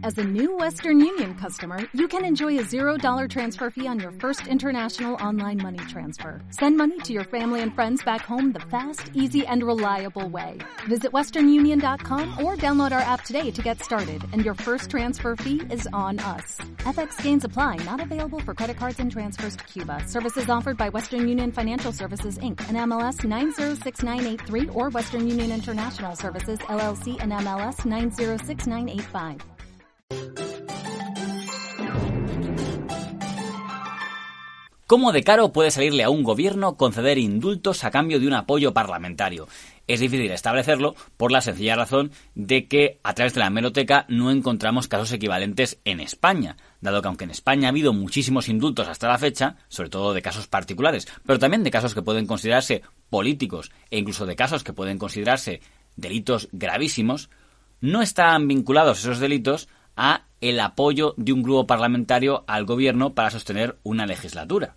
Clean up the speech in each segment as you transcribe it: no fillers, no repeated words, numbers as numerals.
As a new Western Union customer, you can enjoy a $0 transfer fee on your first international online money transfer. Send money to your family and friends back home the fast, easy, and reliable way. Visit westernunion.com or download our app today to get started, and your first transfer fee is on us. FX gains apply, not available for credit cards and transfers to Cuba. Services offered by Western Union Financial Services, Inc., and MLS 906983, or Western Union International Services, LLC, and MLS 906985. ¿Cómo de caro puede salirle a un gobierno conceder indultos a cambio de un apoyo parlamentario? Es difícil establecerlo por la sencilla razón de que a través de la hemeroteca no encontramos casos equivalentes en España, dado que aunque en España ha habido muchísimos indultos hasta la fecha, sobre todo de casos particulares, pero también de casos que pueden considerarse políticos e incluso de casos que pueden considerarse delitos gravísimos, no están vinculados esos delitos a el apoyo de un grupo parlamentario al gobierno para sostener una legislatura.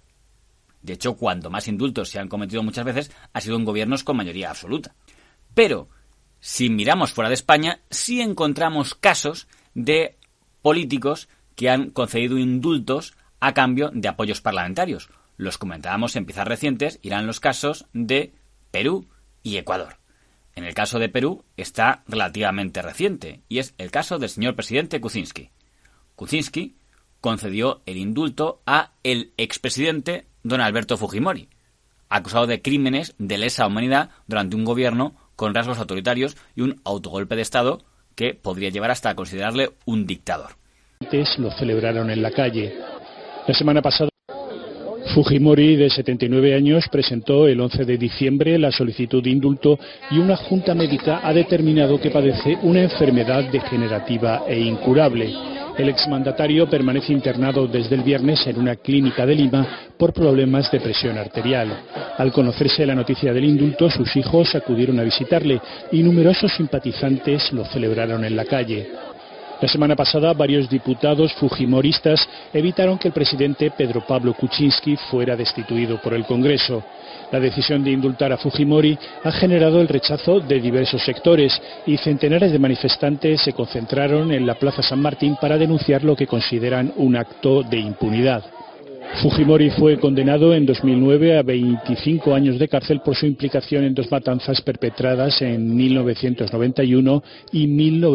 De hecho, cuando más indultos se han cometido muchas veces ha sido en gobiernos con mayoría absoluta. Pero, si miramos fuera de España, sí encontramos casos de políticos que han concedido indultos a cambio de apoyos parlamentarios. Los comentábamos en piezas recientes y eran los casos de Perú y Ecuador. En el caso de Perú está relativamente reciente y es el caso del señor presidente Kuczynski. Kuczynski concedió el indulto a el expresidente don Alberto Fujimori, acusado de crímenes de lesa humanidad durante un gobierno con rasgos autoritarios y un autogolpe de Estado que podría llevar hasta a considerarle un dictador. Lo celebraron en la calle. La semana pasada, Fujimori, de 79 años, presentó el 11 de diciembre la solicitud de indulto y una junta médica ha determinado que padece una enfermedad degenerativa e incurable. El exmandatario permanece internado desde el viernes en una clínica de Lima por problemas de presión arterial. Al conocerse la noticia del indulto, sus hijos acudieron a visitarle y numerosos simpatizantes lo celebraron en la calle. La semana pasada, varios diputados fujimoristas evitaron que el presidente Pedro Pablo Kuczynski fuera destituido por el Congreso. La decisión de indultar a Fujimori ha generado el rechazo de diversos sectores y centenares de manifestantes se concentraron en la Plaza San Martín para denunciar lo que consideran un acto de impunidad. Fujimori fue condenado en 2009 a 25 años de cárcel por su implicación en dos matanzas perpetradas en 1991 y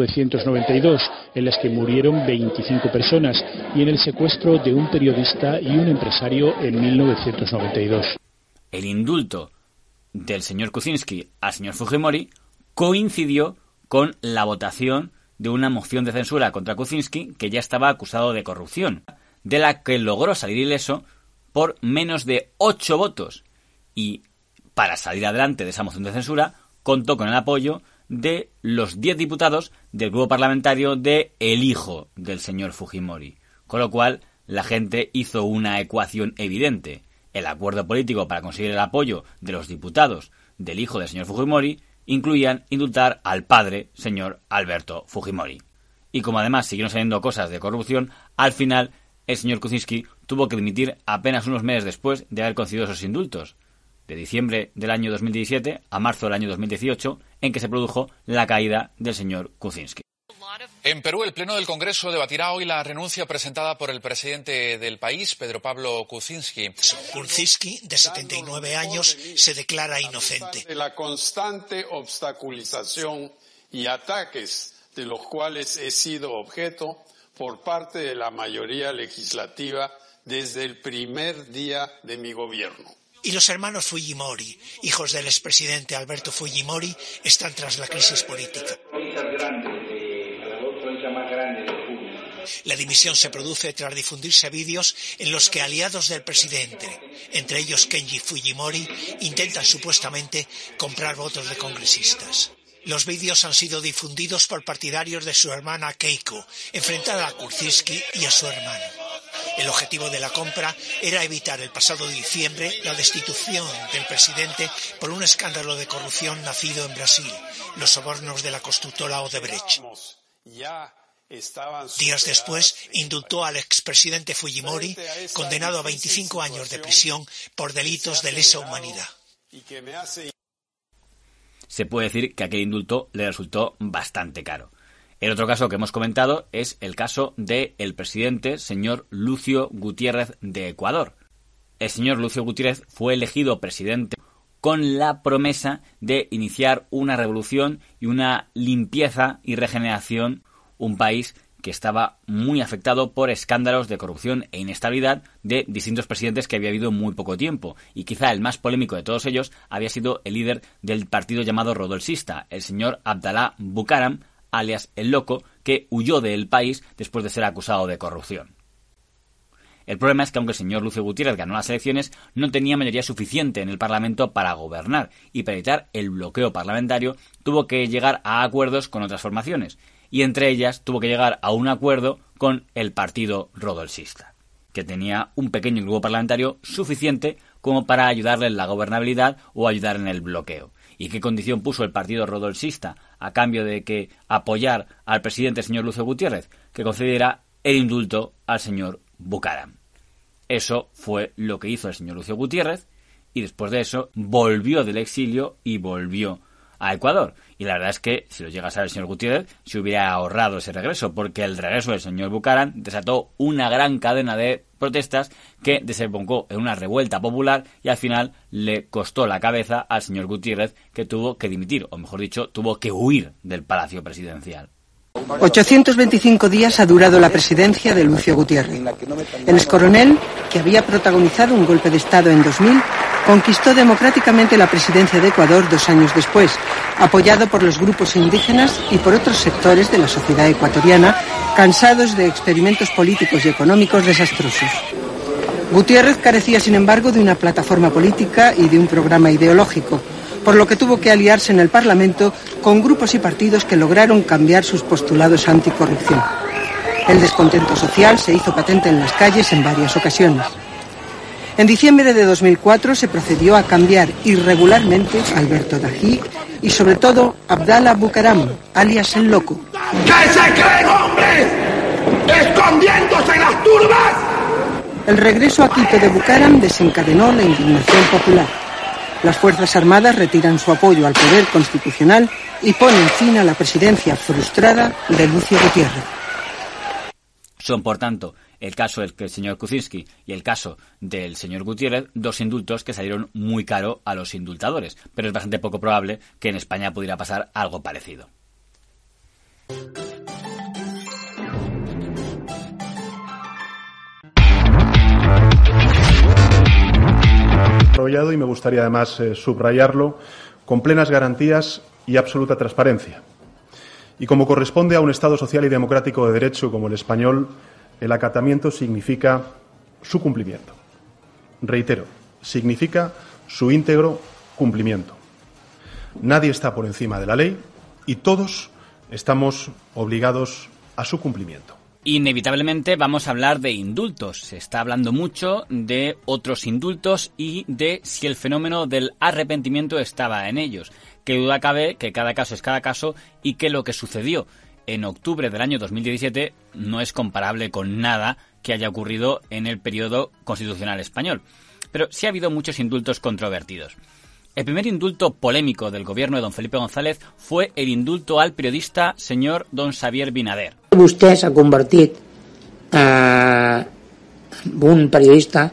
1992, en las que murieron 25 personas, y en el secuestro de un periodista y un empresario en 1992. El indulto del señor Kuczynski al señor Fujimori coincidió con la votación de una moción de censura contra Kuczynski que ya estaba acusado de corrupción, de la que logró salir ileso por menos de 8 votos. Y para salir adelante de esa moción de censura, contó con el apoyo de los 10 diputados del grupo parlamentario de el hijo del señor Fujimori. Con lo cual, la gente hizo una ecuación evidente. El acuerdo político para conseguir el apoyo de los diputados del hijo del señor Fujimori incluían indultar al padre, señor Alberto Fujimori. Y como además siguieron saliendo cosas de corrupción, al final el señor Kuczynski tuvo que dimitir apenas unos meses después de haber concedido esos indultos, de diciembre del año 2017 a marzo del año 2018, en que se produjo la caída del señor Kuczynski. En Perú, el Pleno del Congreso debatirá hoy la renuncia presentada por el presidente del país, Pedro Pablo Kuczynski. Kuczynski, de 79 años, se declara inocente. La constante obstaculización y ataques de los cuales he sido objeto por parte de la mayoría legislativa desde el primer día de mi gobierno. Y los hermanos Fujimori, hijos del expresidente Alberto Fujimori, están tras la crisis política. La dimisión se produce tras difundirse vídeos en los que aliados del presidente, entre ellos Kenji Fujimori, intentan supuestamente comprar votos de congresistas. Los vídeos han sido difundidos por partidarios de su hermana Keiko, enfrentada a Kuczynski y a su hermano. El objetivo de la compra era evitar el pasado diciembre la destitución del presidente por un escándalo de corrupción nacido en Brasil, los sobornos de la constructora Odebrecht. Días después, indultó al expresidente Fujimori, condenado a 25 años de prisión por delitos de lesa humanidad. Se puede decir que aquel indulto le resultó bastante caro. El otro caso que hemos comentado es el caso del presidente, señor Lucio Gutiérrez de Ecuador. El señor Lucio Gutiérrez fue elegido presidente con la promesa de iniciar una revolución y una limpieza y regeneración, un país que estaba muy afectado por escándalos de corrupción e inestabilidad de distintos presidentes que había habido en muy poco tiempo. Y quizá el más polémico de todos ellos había sido el líder del partido llamado rodolfista, el señor Abdalá Bucaram, alias El Loco, que huyó del país después de ser acusado de corrupción. El problema es que aunque el señor Lucio Gutiérrez ganó las elecciones, no tenía mayoría suficiente en el Parlamento para gobernar, y para evitar el bloqueo parlamentario tuvo que llegar a acuerdos con otras formaciones, y entre ellas tuvo que llegar a un acuerdo con el partido rodolfista, que tenía un pequeño grupo parlamentario suficiente como para ayudarle en la gobernabilidad o ayudar en el bloqueo. ¿Y qué condición puso el partido rodolfista a cambio de que apoyar al presidente señor Lucio Gutiérrez? Que concediera el indulto al señor Bucaram. Eso fue lo que hizo el señor Lucio Gutiérrez, y después de eso volvió del exilio y volvió a Ecuador. Y la verdad es que, si lo llega a saber el señor Gutiérrez, se hubiera ahorrado ese regreso, porque el regreso del señor Bucaram desató una gran cadena de protestas que desembocó en una revuelta popular y al final le costó la cabeza al señor Gutiérrez, que tuvo que dimitir, o mejor dicho, tuvo que huir del Palacio Presidencial. 825 días ha durado la presidencia de Lucio Gutiérrez. El excoronel, que había protagonizado un golpe de Estado en 2000, conquistó democráticamente la presidencia de Ecuador 2 años después, apoyado por los grupos indígenas y por otros sectores de la sociedad ecuatoriana, cansados de experimentos políticos y económicos desastrosos. Gutiérrez carecía, sin embargo, de una plataforma política y de un programa ideológico, por lo que tuvo que aliarse en el Parlamento con grupos y partidos que lograron cambiar sus postulados anticorrupción. El descontento social se hizo patente en las calles en varias ocasiones. En diciembre de 2004 se procedió a cambiar irregularmente a Alberto Dají y sobre todo Abdalá Bucaram, alias El Loco. ¿Qué se creen, hombres? ¡Escondiéndose en las turbas! El regreso a Quito de Bucaram desencadenó la indignación popular. Las Fuerzas Armadas retiran su apoyo al poder constitucional y ponen fin a la presidencia frustrada de Lucio Gutiérrez. Son, por tanto, el caso del señor Kuczynski y el caso del señor Gutiérrez, dos indultos que salieron muy caro a los indultadores, pero es bastante poco probable que en España pudiera pasar algo parecido. Y me gustaría además subrayarlo con plenas garantías y absoluta transparencia. Y como corresponde a un Estado social y democrático de derecho como el español, el acatamiento significa su cumplimiento. Reitero, significa su íntegro cumplimiento. Nadie está por encima de la ley y todos estamos obligados a su cumplimiento. Inevitablemente vamos a hablar de indultos. Se está hablando mucho de otros indultos y de si el fenómeno del arrepentimiento estaba en ellos. Qué duda cabe que cada caso es cada caso y que lo que sucedió en octubre del año 2017 no es comparable con nada que haya ocurrido en el periodo constitucional español. Pero sí ha habido muchos indultos controvertidos. El primer indulto polémico del gobierno de don Felipe González fue el indulto al periodista señor don Xavier Binader. Vostè s'ha convertit en un periodista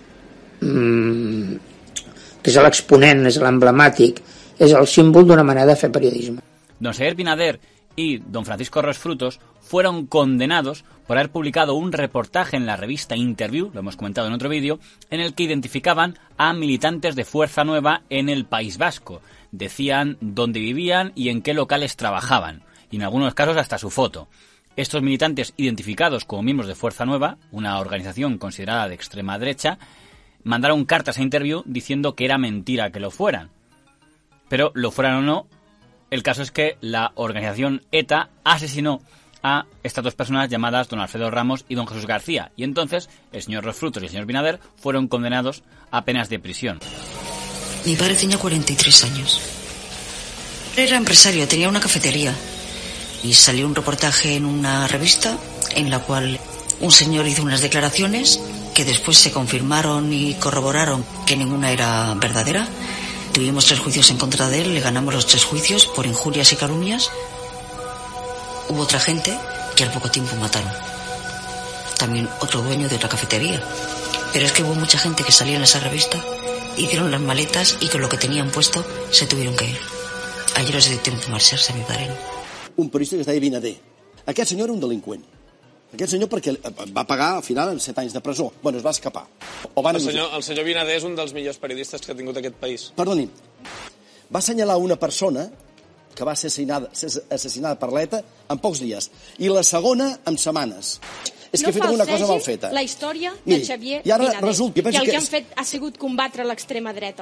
que és l'exponent, és l'emblemàtic, és el símbol d'una manera de fer periodisme. Don Xavier Binader y don Francisco Ros Frutos fueron condenados por haber publicado un reportaje en la revista Interview, lo hemos comentado en otro vídeo, en el que identificaban a militantes de Fuerza Nueva en el País Vasco. Decían dónde vivían y en qué locales trabajaban, y en algunos casos hasta su foto. Estos militantes, identificados como miembros de Fuerza Nueva, una organización considerada de extrema derecha, mandaron cartas a Interview diciendo que era mentira que lo fueran. Pero, lo fueran o no, el caso es que la organización ETA asesinó a estas dos personas llamadas don Alfredo Ramos y don Jesús García, y entonces el señor Ros Frutos y el señor Binader fueron condenados a penas de prisión. Mi padre tenía 43 años. Era empresario, tenía una cafetería. Y salió un reportaje en una revista en la cual un señor hizo unas declaraciones que después se confirmaron y corroboraron que ninguna era verdadera. Tuvimos 3 juicios en contra de él, le ganamos los 3 juicios por injurias y calumnias. Hubo otra gente que al poco tiempo mataron. También otro dueño de otra cafetería. Pero es que hubo mucha gente que salió en esa revista, hicieron las maletas y con lo que tenían puesto se tuvieron que ir. Ayer els he dit de marxar-se, mi pare. Un periodista que es deia Vinader. Aquest senyor era un delinqüent. Aquest senyor perquè va pagar al final en 7 anys de presó. Bueno, es va escapar. El senyor Vinader és un dels millors periodistes que ha tingut aquest país. Perdoni. Va assenyalar una persona que va ser assassinada per l'ETA en pocs dies. I la segona en setmanes. És que ha fet una cosa mal feta. La història de Xavier Vinader, que el que han fet ha sigut combatre l'extrema dreta.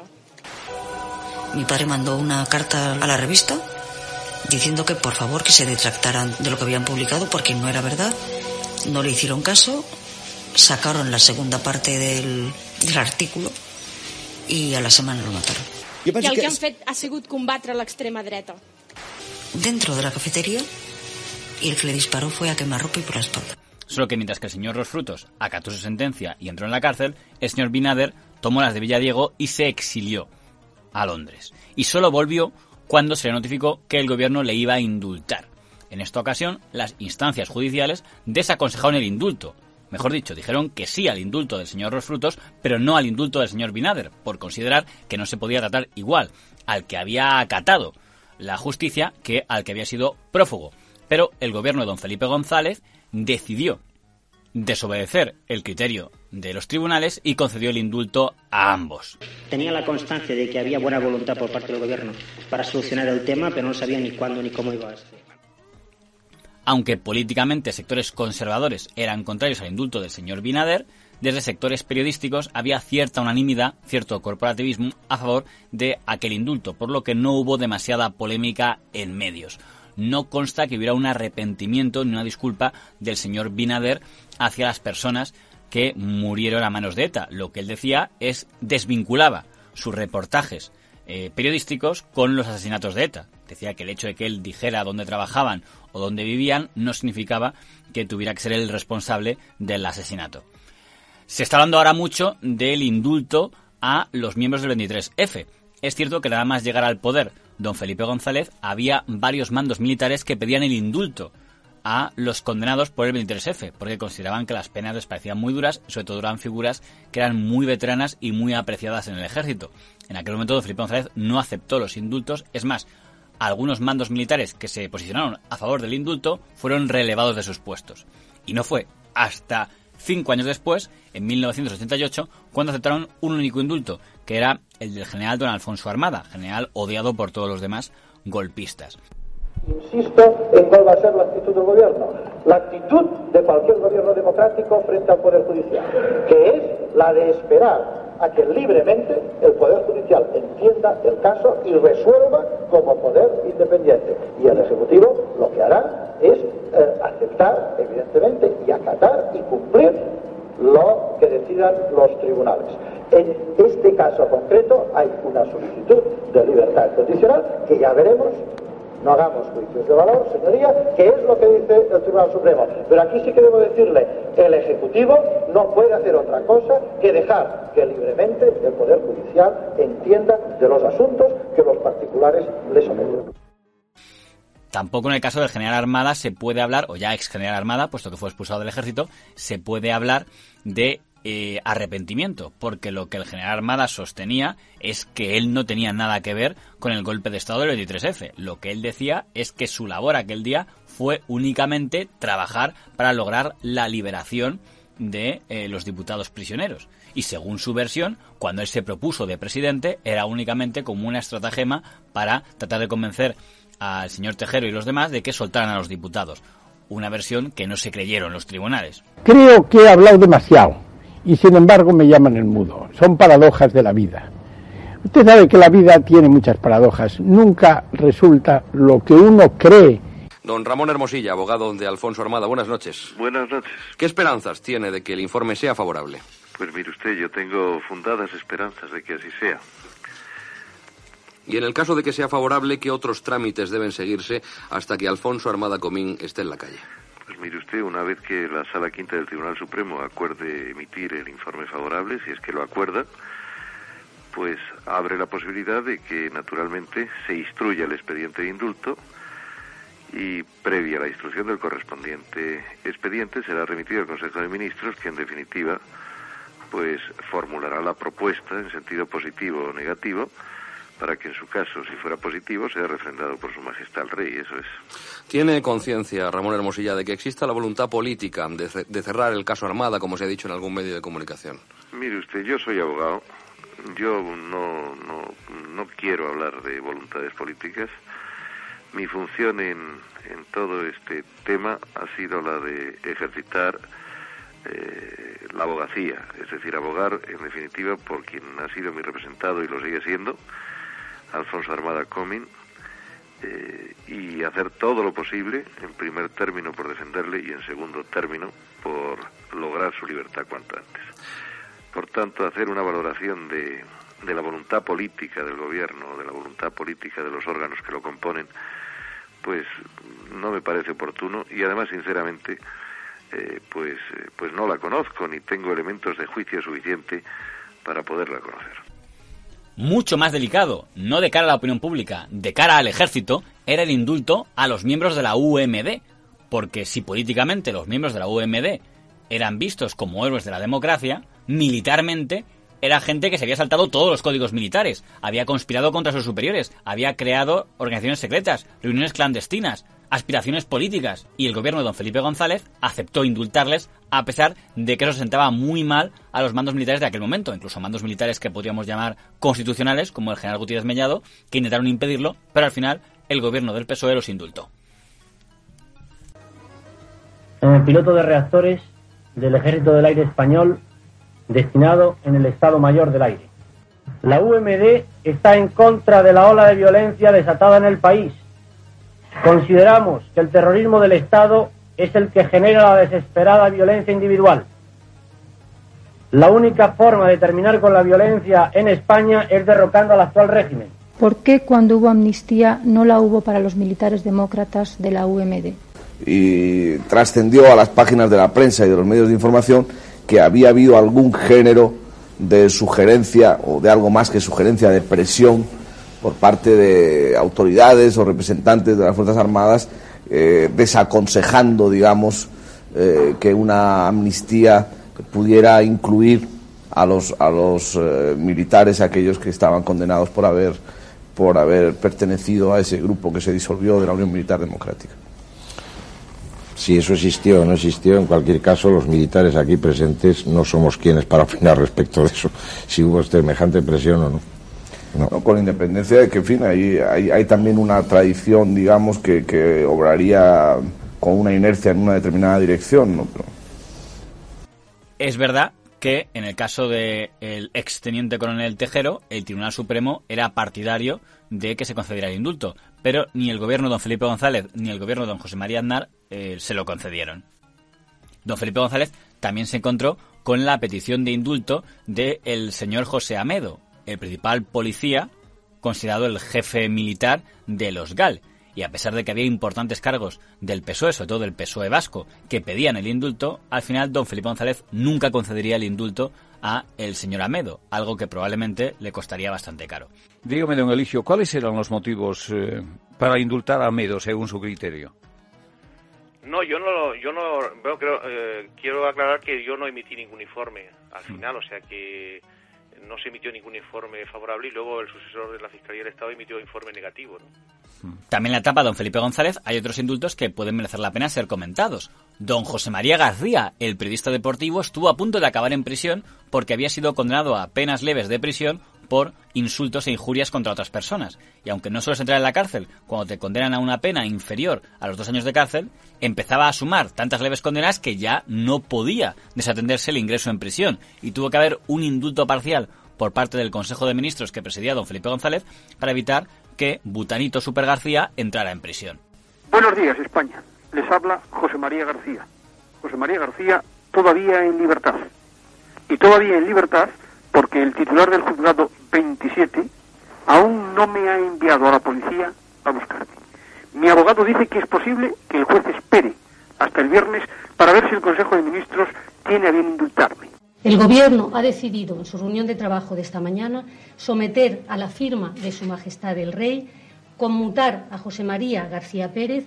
Mi padre mandó una carta a la revista diciendo que por favor que se retractaran de lo que habían publicado porque no era verdad. No le hicieron caso, sacaron la segunda parte del artículo y a la semana lo mataron. I el que han fet ha sigut combatre l'extrema dreta. Dentro de la cafetería, y el que le disparó fue a quemarropa y por la espalda. Solo que mientras que el señor Rosfrutos acató su sentencia y entró en la cárcel, el señor Vinader tomó las de Villadiego y se exilió a Londres. Y solo volvió cuando se le notificó que el gobierno le iba a indultar. En esta ocasión, las instancias judiciales desaconsejaron el indulto. Mejor dicho, dijeron que sí al indulto del señor Rosfrutos, pero no al indulto del señor Vinader, por considerar que no se podía tratar igual al que había acatado la justicia que al que había sido prófugo. Pero el gobierno de don Felipe González decidió desobedecer el criterio de los tribunales y concedió el indulto a ambos. Tenía la constancia de que había buena voluntad por parte del gobierno para solucionar el tema, pero no sabía ni cuándo ni cómo iba a ser. Aunque políticamente sectores conservadores eran contrarios al indulto del señor Vinader, desde sectores periodísticos había cierta unanimidad, cierto corporativismo a favor de aquel indulto, por lo que no hubo demasiada polémica en medios. No consta que hubiera un arrepentimiento ni una disculpa del señor Vinader hacia las personas que murieron a manos de ETA. Lo que él decía es desvinculaba sus reportajes periodísticos con los asesinatos de ETA. Decía que el hecho de que él dijera dónde trabajaban o dónde vivían no significaba que tuviera que ser el responsable del asesinato. Se está hablando ahora mucho del indulto a los miembros del 23F. Es cierto que nada más llegar al poder don Felipe González había varios mandos militares que pedían el indulto a los condenados por el 23F, porque consideraban que las penas les parecían muy duras, sobre todo eran figuras que eran muy veteranas y muy apreciadas en el ejército. En aquel momento don Felipe González no aceptó los indultos, es más, algunos mandos militares que se posicionaron a favor del indulto fueron relevados de sus puestos. Y no fue hasta 5 años después, en 1988, cuando aceptaron un único indulto, que era el del general don Alfonso Armada, general odiado por todos los demás golpistas. Insisto en cuál va a ser la actitud del gobierno. La actitud de cualquier gobierno democrático frente al Poder Judicial, que es la de esperar a que libremente el Poder Judicial entienda el caso y resuelva como poder independiente. Y el Ejecutivo lo que hará es aceptar, evidentemente, y acatar y cumplir lo que decidan los tribunales. En este caso concreto hay una solicitud de libertad condicional que ya veremos. No hagamos juicios de valor, señoría, que es lo que dice el Tribunal Supremo. Pero aquí sí que debo decirle, el Ejecutivo no puede hacer otra cosa que dejar que libremente el Poder Judicial entienda de los asuntos que los particulares le someten. Tampoco en el caso del general Armada se puede hablar, o ya ex general Armada, puesto que fue expulsado del ejército, se puede hablar de arrepentimiento, porque lo que el general Armada sostenía es que él no tenía nada que ver con el golpe de estado del 23F. Lo que él decía es que su labor aquel día fue únicamente trabajar para lograr la liberación de los diputados prisioneros. Y según su versión, cuando él se propuso de presidente, era únicamente como una estratagema para tratar de convencer al señor Tejero y los demás de que soltaran a los diputados. Una versión que no se creyeron los tribunales. Creo que he hablado demasiado y sin embargo me llaman el mudo. Son paradojas de la vida. Usted sabe que la vida tiene muchas paradojas. Nunca resulta lo que uno cree. Don Ramón Hermosilla, abogado de Alfonso Armada, buenas noches. Buenas noches. ¿Qué esperanzas tiene de que el informe sea favorable? Pues mire usted, yo tengo fundadas esperanzas de que así sea. Y en el caso de que sea favorable, ¿qué otros trámites deben seguirse hasta que Alfonso Armada Comín esté en la calle? Pues mire usted, una vez que la Sala Quinta del Tribunal Supremo acuerde emitir el informe favorable, si es que lo acuerda, pues abre la posibilidad de que naturalmente se instruya el expediente de indulto y previa a la instrucción del correspondiente expediente será remitido al Consejo de Ministros, que en definitiva pues formulará la propuesta en sentido positivo o negativo, para que en su caso, si fuera positivo, sea refrendado por Su Majestad el Rey. Eso es. ¿Tiene conciencia, Ramón Hermosilla, de que exista la voluntad política de cerrar el caso Armada, como se ha dicho en algún medio de comunicación? Mire usted, yo soy abogado, yo no quiero hablar de voluntades políticas. Mi función en todo este tema ha sido la de ejercitar la abogacía, es decir, abogar en definitiva por quien ha sido mi representado y lo sigue siendo, Alfonso Armada Comín, y hacer todo lo posible, en primer término por defenderle y en segundo término por lograr su libertad cuanto antes. Por tanto, hacer una valoración de la voluntad política del gobierno, de la voluntad política de los órganos que lo componen, pues no me parece oportuno, y además, sinceramente, pues no la conozco ni tengo elementos de juicio suficiente para poderla conocer. Mucho más delicado, no de cara a la opinión pública, de cara al ejército, era el indulto a los miembros de la UMD, porque si políticamente los miembros de la UMD eran vistos como héroes de la democracia, militarmente era gente que se había saltado todos los códigos militares, había conspirado contra sus superiores, había creado organizaciones secretas, reuniones clandestinas, aspiraciones políticas, y el gobierno de don Felipe González aceptó indultarles a pesar de que eso sentaba muy mal a los mandos militares de aquel momento, incluso mandos militares que podríamos llamar constitucionales, como el general Gutiérrez Mellado, que intentaron impedirlo, pero al final el gobierno del PSOE los indultó. En el piloto de reactores del Ejército del Aire Español, destinado en el Estado Mayor del Aire. La UMD está en contra de la ola de violencia desatada en el país. Consideramos que el terrorismo del Estado es el que genera la desesperada violencia individual. La única forma de terminar con la violencia en España es derrocando al actual régimen. ¿Por qué cuando hubo amnistía no la hubo para los militares demócratas de la UMD? Y trascendió a las páginas de la prensa y de los medios de información que había habido algún género de sugerencia o de algo más que sugerencia de presión por parte de autoridades o representantes de las Fuerzas Armadas, desaconsejando, digamos, que una amnistía pudiera incluir a los militares, aquellos que estaban condenados por haber pertenecido a ese grupo que se disolvió de la Unión Militar Democrática. Si eso existió o no existió, en cualquier caso, los militares aquí presentes no somos quienes para opinar respecto de eso, si hubo semejante presión o no. No, con independencia de que, en fin, hay también una tradición, digamos, que obraría con una inercia en una determinada dirección, ¿no? Pero... Es verdad que en el caso del exteniente coronel Tejero, el Tribunal Supremo era partidario de que se concediera el indulto, pero ni el gobierno de don Felipe González ni el gobierno de don José María Aznar se lo concedieron. Don Felipe González también se encontró con la petición de indulto del señor José Amedo, el principal policía considerado el jefe militar de los GAL. Y a pesar de que había importantes cargos del PSOE, sobre todo del PSOE vasco, que pedían el indulto, al final don Felipe González nunca concedería el indulto a el señor Amedo, algo que probablemente le costaría bastante caro. Dígame, don Eligio, ¿cuáles eran los motivos para indultar a Amedo, según su criterio? No, quiero aclarar que yo no emití ningún informe al final, o sea que no se emitió ningún informe favorable y luego el sucesor de la Fiscalía del Estado emitió informe negativo, ¿no? También en la etapa de don Felipe González hay otros indultos que pueden merecer la pena ser comentados. Don José María García, el periodista deportivo, estuvo a punto de acabar en prisión porque había sido condenado a penas leves de prisión por insultos e injurias contra otras personas. Y aunque no sueles entrar en la cárcel cuando te condenan a una pena inferior a los 2 años de cárcel, empezaba a sumar tantas leves condenas que ya no podía desatenderse el ingreso en prisión y tuvo que haber un indulto parcial por parte del Consejo de Ministros que presidía don Felipe González para evitar que Butanito Super García entrara en prisión. Buenos días, España. Les habla José María García. José María García todavía en libertad. Y todavía en libertad porque el titular del juzgado 27 aún no me ha enviado a la policía a buscarme. Mi abogado dice que es posible que el juez espere hasta el viernes para ver si el Consejo de Ministros tiene a bien indultarme. El Gobierno ha decidido, en su reunión de trabajo de esta mañana, someter a la firma de Su Majestad el Rey, conmutar a José María García Pérez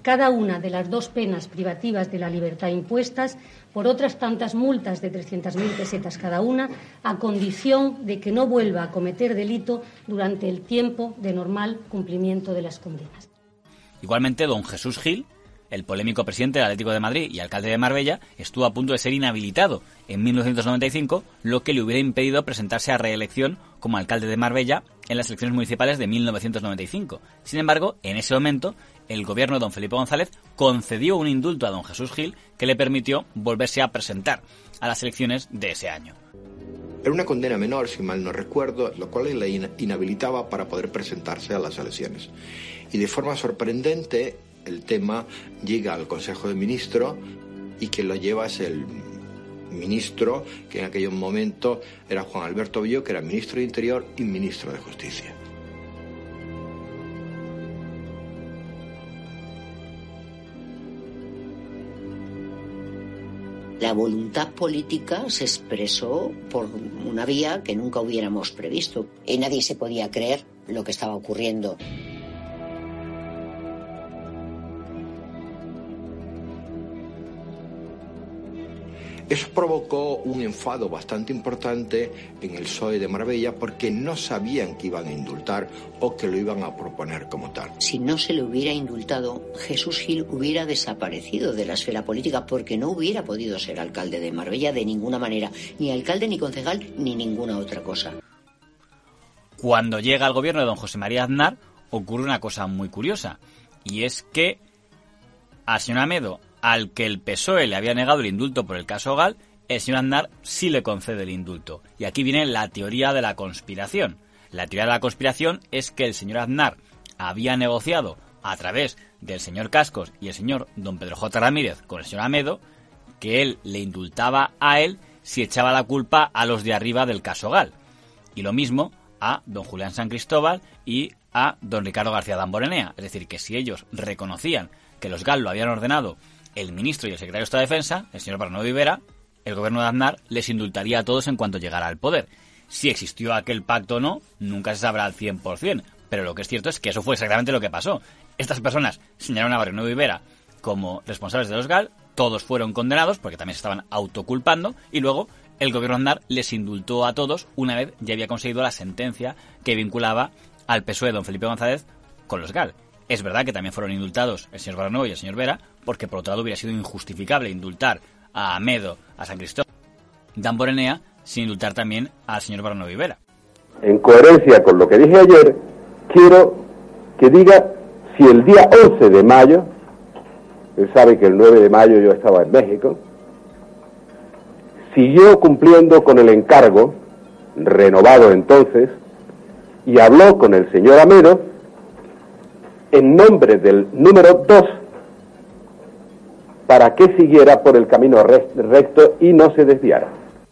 cada una de las 2 penas privativas de la libertad impuestas por otras tantas multas de 300.000 pesetas cada una, a condición de que no vuelva a cometer delito durante el tiempo de normal cumplimiento de las condenas. Igualmente, don Jesús Gil, el polémico presidente del Atlético de Madrid y alcalde de Marbella, estuvo a punto de ser inhabilitado en 1995, lo que le hubiera impedido presentarse a reelección como alcalde de Marbella en las elecciones municipales de 1995. Sin embargo, en ese momento, el gobierno de don Felipe González concedió un indulto a don Jesús Gil que le permitió volverse a presentar a las elecciones de ese año. Era una condena menor, si mal no recuerdo, lo cual le inhabilitaba para poder presentarse a las elecciones. Y de forma sorprendente, el tema llega al Consejo de Ministros y quien lo lleva es el ministro, que en aquel momento era Juan Alberto Villó, que era ministro de Interior y ministro de Justicia. La voluntad política se expresó por una vía que nunca hubiéramos previsto. Y nadie se podía creer lo que estaba ocurriendo. Eso provocó un enfado bastante importante en el PSOE de Marbella porque no sabían que iban a indultar o que lo iban a proponer como tal. Si no se le hubiera indultado, Jesús Gil hubiera desaparecido de la esfera política porque no hubiera podido ser alcalde de Marbella de ninguna manera, ni alcalde, ni concejal, ni ninguna otra cosa. Cuando llega al gobierno de don José María Aznar, ocurre una cosa muy curiosa, y es que al señor Amedo, al que el PSOE le había negado el indulto por el caso Gal, el señor Aznar sí le concede el indulto. Y aquí viene la teoría de la conspiración. La teoría de la conspiración es que el señor Aznar había negociado a través del señor Cascos y el señor don Pedro J. Ramírez con el señor Amedo, que él le indultaba a él si echaba la culpa a los de arriba del caso Gal. Y lo mismo a don Julián San Cristóbal y a don Ricardo García Damborenea. Es decir, que si ellos reconocían que los Gal lo habían ordenado el ministro y el secretario de Estado de Defensa, el señor Barnaby Rivera, el gobierno de Aznar les indultaría a todos en cuanto llegara al poder. Si existió aquel pacto o no, nunca se sabrá al 100%, pero lo que es cierto es que eso fue exactamente lo que pasó. Estas personas señalaron a Barnaby Rivera como responsables de los Gal, todos fueron condenados porque también se estaban autoculpando y luego el gobierno de Aznar les indultó a todos una vez ya había conseguido la sentencia que vinculaba al PSOE de don Felipe González con los Gal. Es verdad que también fueron indultados el señor Barnaby y el señor Vera, porque por otro lado hubiera sido injustificable indultar a Amedo, a San Cristóbal, Damborenea, sin indultar también al señor Barnaby Vera. En coherencia con lo que dije ayer, quiero que diga si el día 11 de mayo, él sabe que el 9 de mayo yo estaba en México, siguió cumpliendo con el encargo, renovado entonces, y habló con el señor Amedo en nombre del número 2 para que siguiera por el camino recto y no se desviara.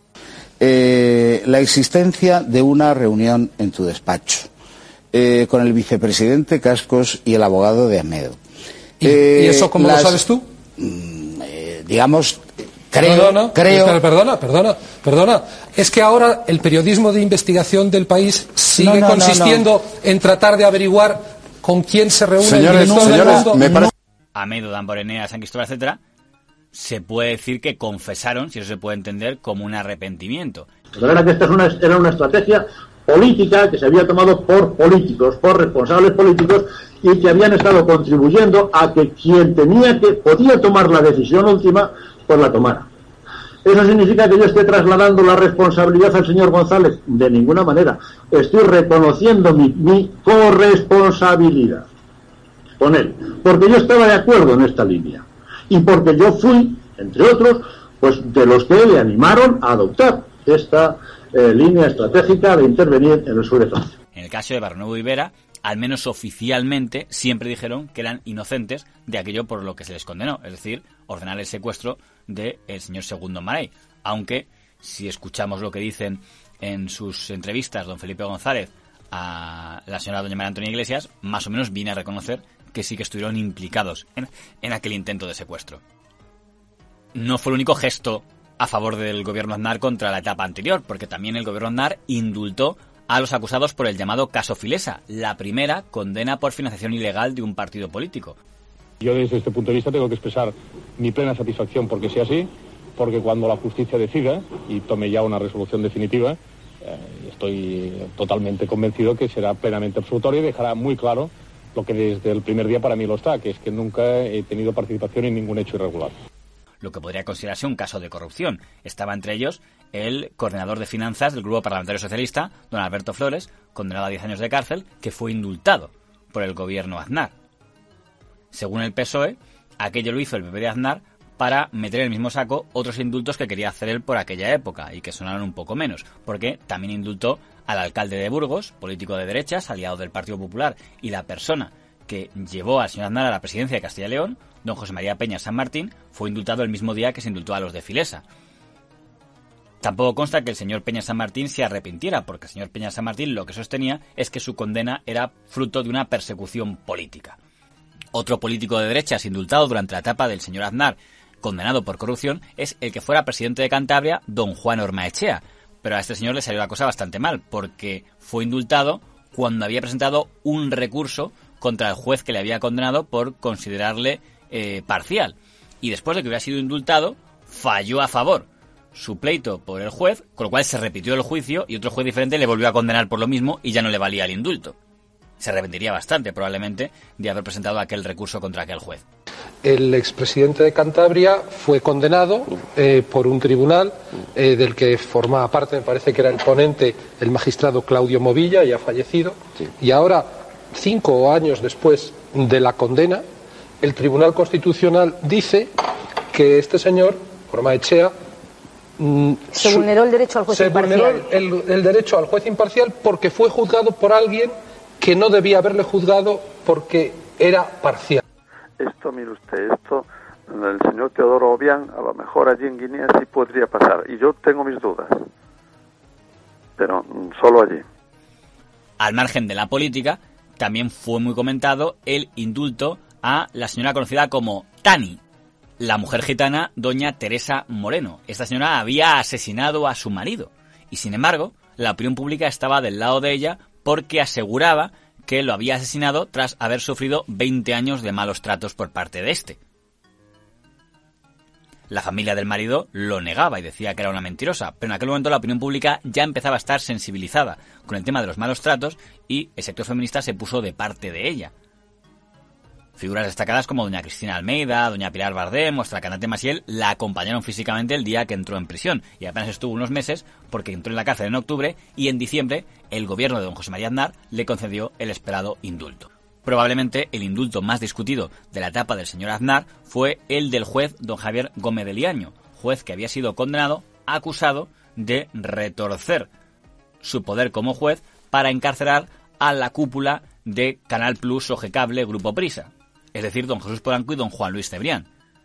La existencia de una reunión en tu despacho con el vicepresidente Cascos y el abogado de Amedo. ¿Y eso cómo lo sabes tú? Digamos, creo... Perdona. Es que ahora el periodismo de investigación del país sigue consistiendo en tratar de averiguar con quién se reúne el director del mundo. Me parece... Amedo, Damborenea, San Cristóbal, etcétera, se puede decir que confesaron, si eso se puede entender, como un arrepentimiento. De manera que esta era una estrategia política que se había tomado por políticos, por responsables políticos, y que habían estado contribuyendo a que quien podía tomar la decisión última, pues la tomara. ¿Eso significa que yo esté trasladando la responsabilidad al señor González? De ninguna manera. Estoy reconociendo mi corresponsabilidad con él, porque yo estaba de acuerdo en esta línea y porque yo fui, entre otros, pues de los que le animaron a adoptar esta línea estratégica de intervenir en el sur de Francia. En el caso de Barnaby Rivera, al menos oficialmente, siempre dijeron que eran inocentes de aquello por lo que se les condenó, es decir, ordenar el secuestro del señor Segundo Maray. Aunque, si escuchamos lo que dicen en sus entrevistas don Felipe González a la señora doña María Antonia Iglesias, más o menos viene a reconocer que sí que estuvieron implicados en aquel intento de secuestro. No fue el único gesto a favor del gobierno Aznar contra la etapa anterior, porque también el gobierno Aznar indultó a los acusados por el llamado caso Filesa, la primera condena por financiación ilegal de un partido político. Yo desde este punto de vista tengo que expresar mi plena satisfacción porque sea así, porque cuando la justicia decida y tome ya una resolución definitiva, estoy totalmente convencido que será plenamente absolutoria y dejará muy claro lo que desde el primer día para mí lo está, que es que nunca he tenido participación en ningún hecho irregular. Lo que podría considerarse un caso de corrupción. Estaba entre ellos el coordinador de finanzas del Grupo Parlamentario Socialista, don Alberto Flores, condenado a 10 años de cárcel, que fue indultado por el gobierno Aznar. Según el PSOE, aquello lo hizo el PP de Aznar para meter en el mismo saco otros indultos que quería hacer él por aquella época y que sonaron un poco menos, porque también indultó al alcalde de Burgos, político de derechas, aliado del Partido Popular, y la persona que llevó al señor Aznar a la presidencia de Castilla y León, don José María Peña San Martín, fue indultado el mismo día que se indultó a los de Filesa. Tampoco consta que el señor Peña San Martín se arrepintiera, porque el señor Peña San Martín lo que sostenía es que su condena era fruto de una persecución política. Otro político de derechas indultado durante la etapa del señor Aznar, condenado por corrupción, es el que fuera presidente de Cantabria, don Juan Ormaechea. Pero a este señor le salió la cosa bastante mal, porque fue indultado cuando había presentado un recurso contra el juez que le había condenado por considerarle parcial. Y después de que hubiera sido indultado, falló a favor su pleito por el juez, con lo cual se repitió el juicio y otro juez diferente le volvió a condenar por lo mismo y ya no le valía el indulto. Se arrepentiría bastante, probablemente, de haber presentado aquel recurso contra aquel juez. El expresidente de Cantabria fue condenado por un tribunal del que formaba parte, me parece que era el ponente, el magistrado Claudio Movilla, ya fallecido, sí. Y ahora, 5 años después de la condena, el Tribunal Constitucional dice que este señor, Ormaechea, se vulneró el derecho al juez imparcial. Se vulneró el derecho al juez imparcial porque fue juzgado por alguien que no debía haberle juzgado porque era parcial. Esto, mire usted, el señor Teodoro Obiang, a lo mejor allí en Guinea sí podría pasar, y yo tengo mis dudas, pero solo allí. Al margen de la política, también fue muy comentado el indulto a la señora conocida como Tani, la mujer gitana doña Teresa Moreno. Esta señora había asesinado a su marido, y sin embargo, la opinión pública estaba del lado de ella porque aseguraba que lo había asesinado tras haber sufrido 20 años de malos tratos por parte de este. La familia del marido lo negaba y decía que era una mentirosa, pero en aquel momento la opinión pública ya empezaba a estar sensibilizada con el tema de los malos tratos y el sector feminista se puso de parte de ella. Figuras destacadas como doña Cristina Almeida, doña Pilar Bardem o hasta la cantante Maciel la acompañaron físicamente el día que entró en prisión y apenas estuvo unos meses porque entró en la cárcel en octubre y en diciembre el gobierno de don José María Aznar le concedió el esperado indulto. Probablemente el indulto más discutido de la etapa del señor Aznar fue el del juez don Javier Gómez de Liaño, juez que había sido condenado, acusado de retorcer su poder como juez para encarcelar a la cúpula de Canal Plus, OG Cable, Grupo Prisa. Es decir, don Jesús Polanco y don Juan Luis Cebrián.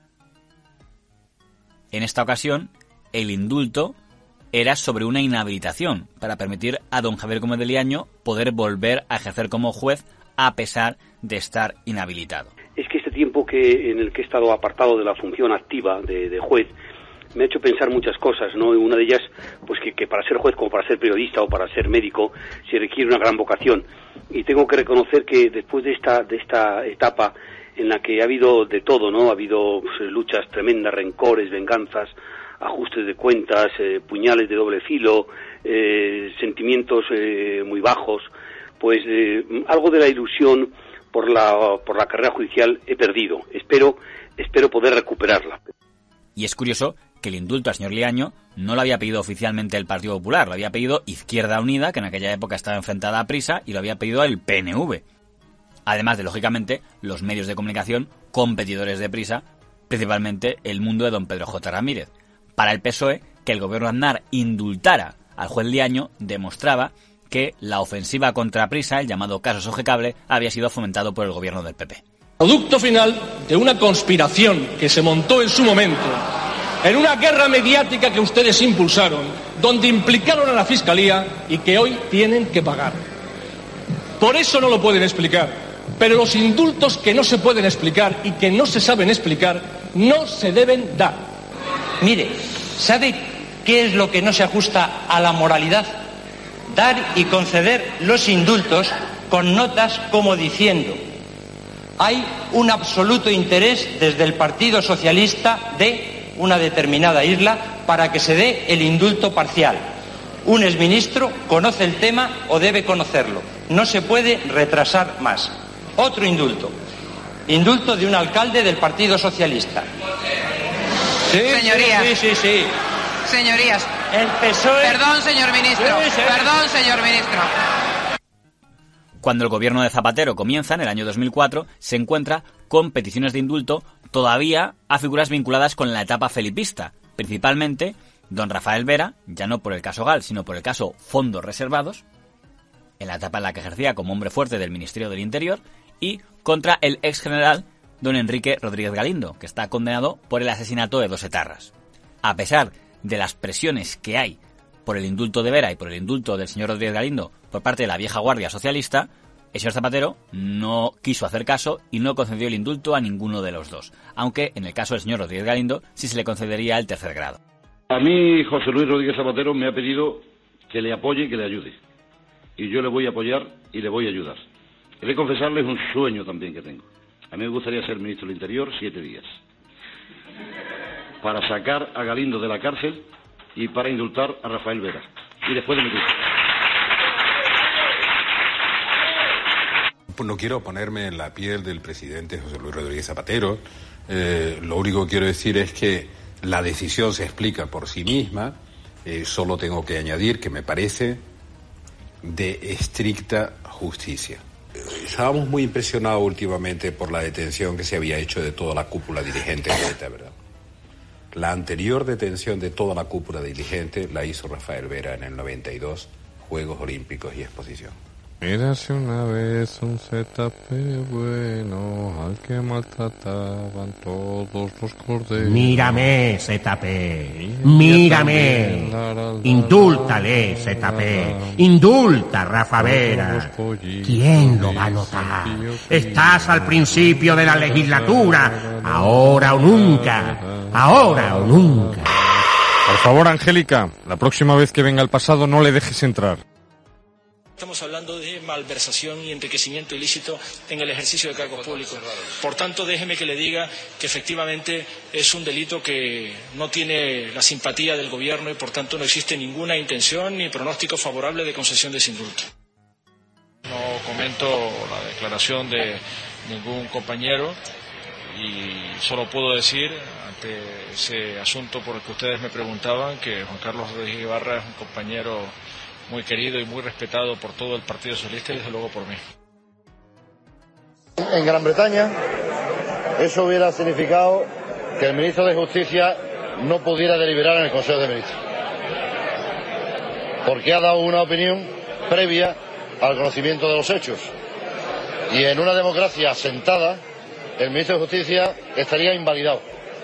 En esta ocasión, el indulto era sobre una inhabilitación para permitir a don Javier Gómez de Liaño poder volver a ejercer como juez a pesar de estar inhabilitado. Es que este tiempo en el que he estado apartado de la función activa de juez me ha hecho pensar muchas cosas, ¿no? Una de ellas, pues que para ser juez, como para ser periodista o para ser médico, se requiere una gran vocación. Y tengo que reconocer que después de esta etapa en la que ha habido de todo, ¿no? Ha habido luchas tremendas, rencores, venganzas, ajustes de cuentas, puñales de doble filo, sentimientos muy bajos, pues algo de la ilusión por la carrera judicial he perdido. Espero poder recuperarla. Y es curioso que el indulto al señor Liaño no lo había pedido oficialmente el Partido Popular, lo había pedido Izquierda Unida, que en aquella época estaba enfrentada a Prisa, y lo había pedido el PNV. Además de, lógicamente, los medios de comunicación competidores de Prisa, principalmente El Mundo de don Pedro J. Ramírez. Para el PSOE, que el gobierno Aznar indultara al juez Liaño demostraba que la ofensiva contra Prisa, el llamado caso Sogecable, había sido fomentado por el gobierno del PP. Producto final de una conspiración que se montó en su momento, en una guerra mediática que ustedes impulsaron, donde implicaron a la Fiscalía y que hoy tienen que pagar. Por eso no lo pueden explicar, pero los indultos que no se pueden explicar y que no se saben explicar, no se deben dar. Mire, ¿sabe qué es lo que no se ajusta a la moralidad? Dar y conceder los indultos con notas como diciendo: Hay un absoluto interés desde el Partido Socialista de una determinada isla para que se dé el indulto parcial. Un exministro conoce el tema o debe conocerlo. No se puede retrasar más. Otro indulto. Indulto de un alcalde del Partido Socialista. Sí, señorías. Sí. Señorías. El PSOE... Perdón, señor ministro. Sí. Perdón, señor ministro. Cuando el gobierno de Zapatero comienza, en el año 2004, se encuentra con peticiones de indulto todavía a figuras vinculadas con la etapa felipista, principalmente don Rafael Vera, ya no por el caso Gal, sino por el caso Fondos Reservados, en la etapa en la que ejercía como hombre fuerte del Ministerio del Interior, y contra el ex general don Enrique Rodríguez Galindo, que está condenado por el asesinato de 2 etarras. A pesar de las presiones que hay por el indulto de Vera y por el indulto del señor Rodríguez Galindo por parte de la vieja guardia socialista, el señor Zapatero no quiso hacer caso y no concedió el indulto a ninguno de los dos, aunque en el caso del señor Rodríguez Galindo sí se le concedería el 3er grado. A mí José Luis Rodríguez Zapatero me ha pedido que le apoye y que le ayude, y yo le voy a apoyar y le voy a ayudar. He de confesarles un sueño también que tengo. A mí me gustaría ser ministro del Interior 7 días, para sacar a Galindo de la cárcel y para indultar a Rafael Vera, y después de mi juicio. No quiero ponerme en la piel del presidente José Luis Rodríguez Zapatero. Lo único que quiero decir es que la decisión se explica por sí misma. Solo tengo que añadir que me parece de estricta justicia. Estábamos muy impresionados últimamente por la detención que se había hecho de toda la cúpula dirigente de ETA, ¿verdad? La anterior detención de toda la cúpula dirigente la hizo Rafael Vera en el 92, Juegos Olímpicos y Exposición. Érase una vez un ZP bueno al que maltrataban todos los corderos. Mírame, ZP, mírame. Indúltale, ZP, indulta, Rafa Vera. ¿Quién lo va a notar? Estás al principio de la legislatura, ahora o nunca, ahora o nunca. Por favor, Angélica, la próxima vez que venga el pasado no le dejes entrar. Estamos hablando de malversación y enriquecimiento ilícito en el ejercicio de cargos públicos. Por tanto, déjeme que le diga que efectivamente es un delito que no tiene la simpatía del gobierno y por tanto no existe ninguna intención ni pronóstico favorable de concesión de ese indulto. No comento la declaración de ningún compañero y solo puedo decir, ante ese asunto por el que ustedes me preguntaban, que Juan Carlos Rodríguez Ibarra es un compañero muy querido y muy respetado por todo el Partido Socialista y desde luego por mí. En Gran Bretaña eso hubiera significado que el ministro de Justicia no pudiera deliberar en el Consejo de Ministros, porque ha dado una opinión previa al conocimiento de los hechos, y en una democracia asentada el ministro de Justicia estaría invalidado.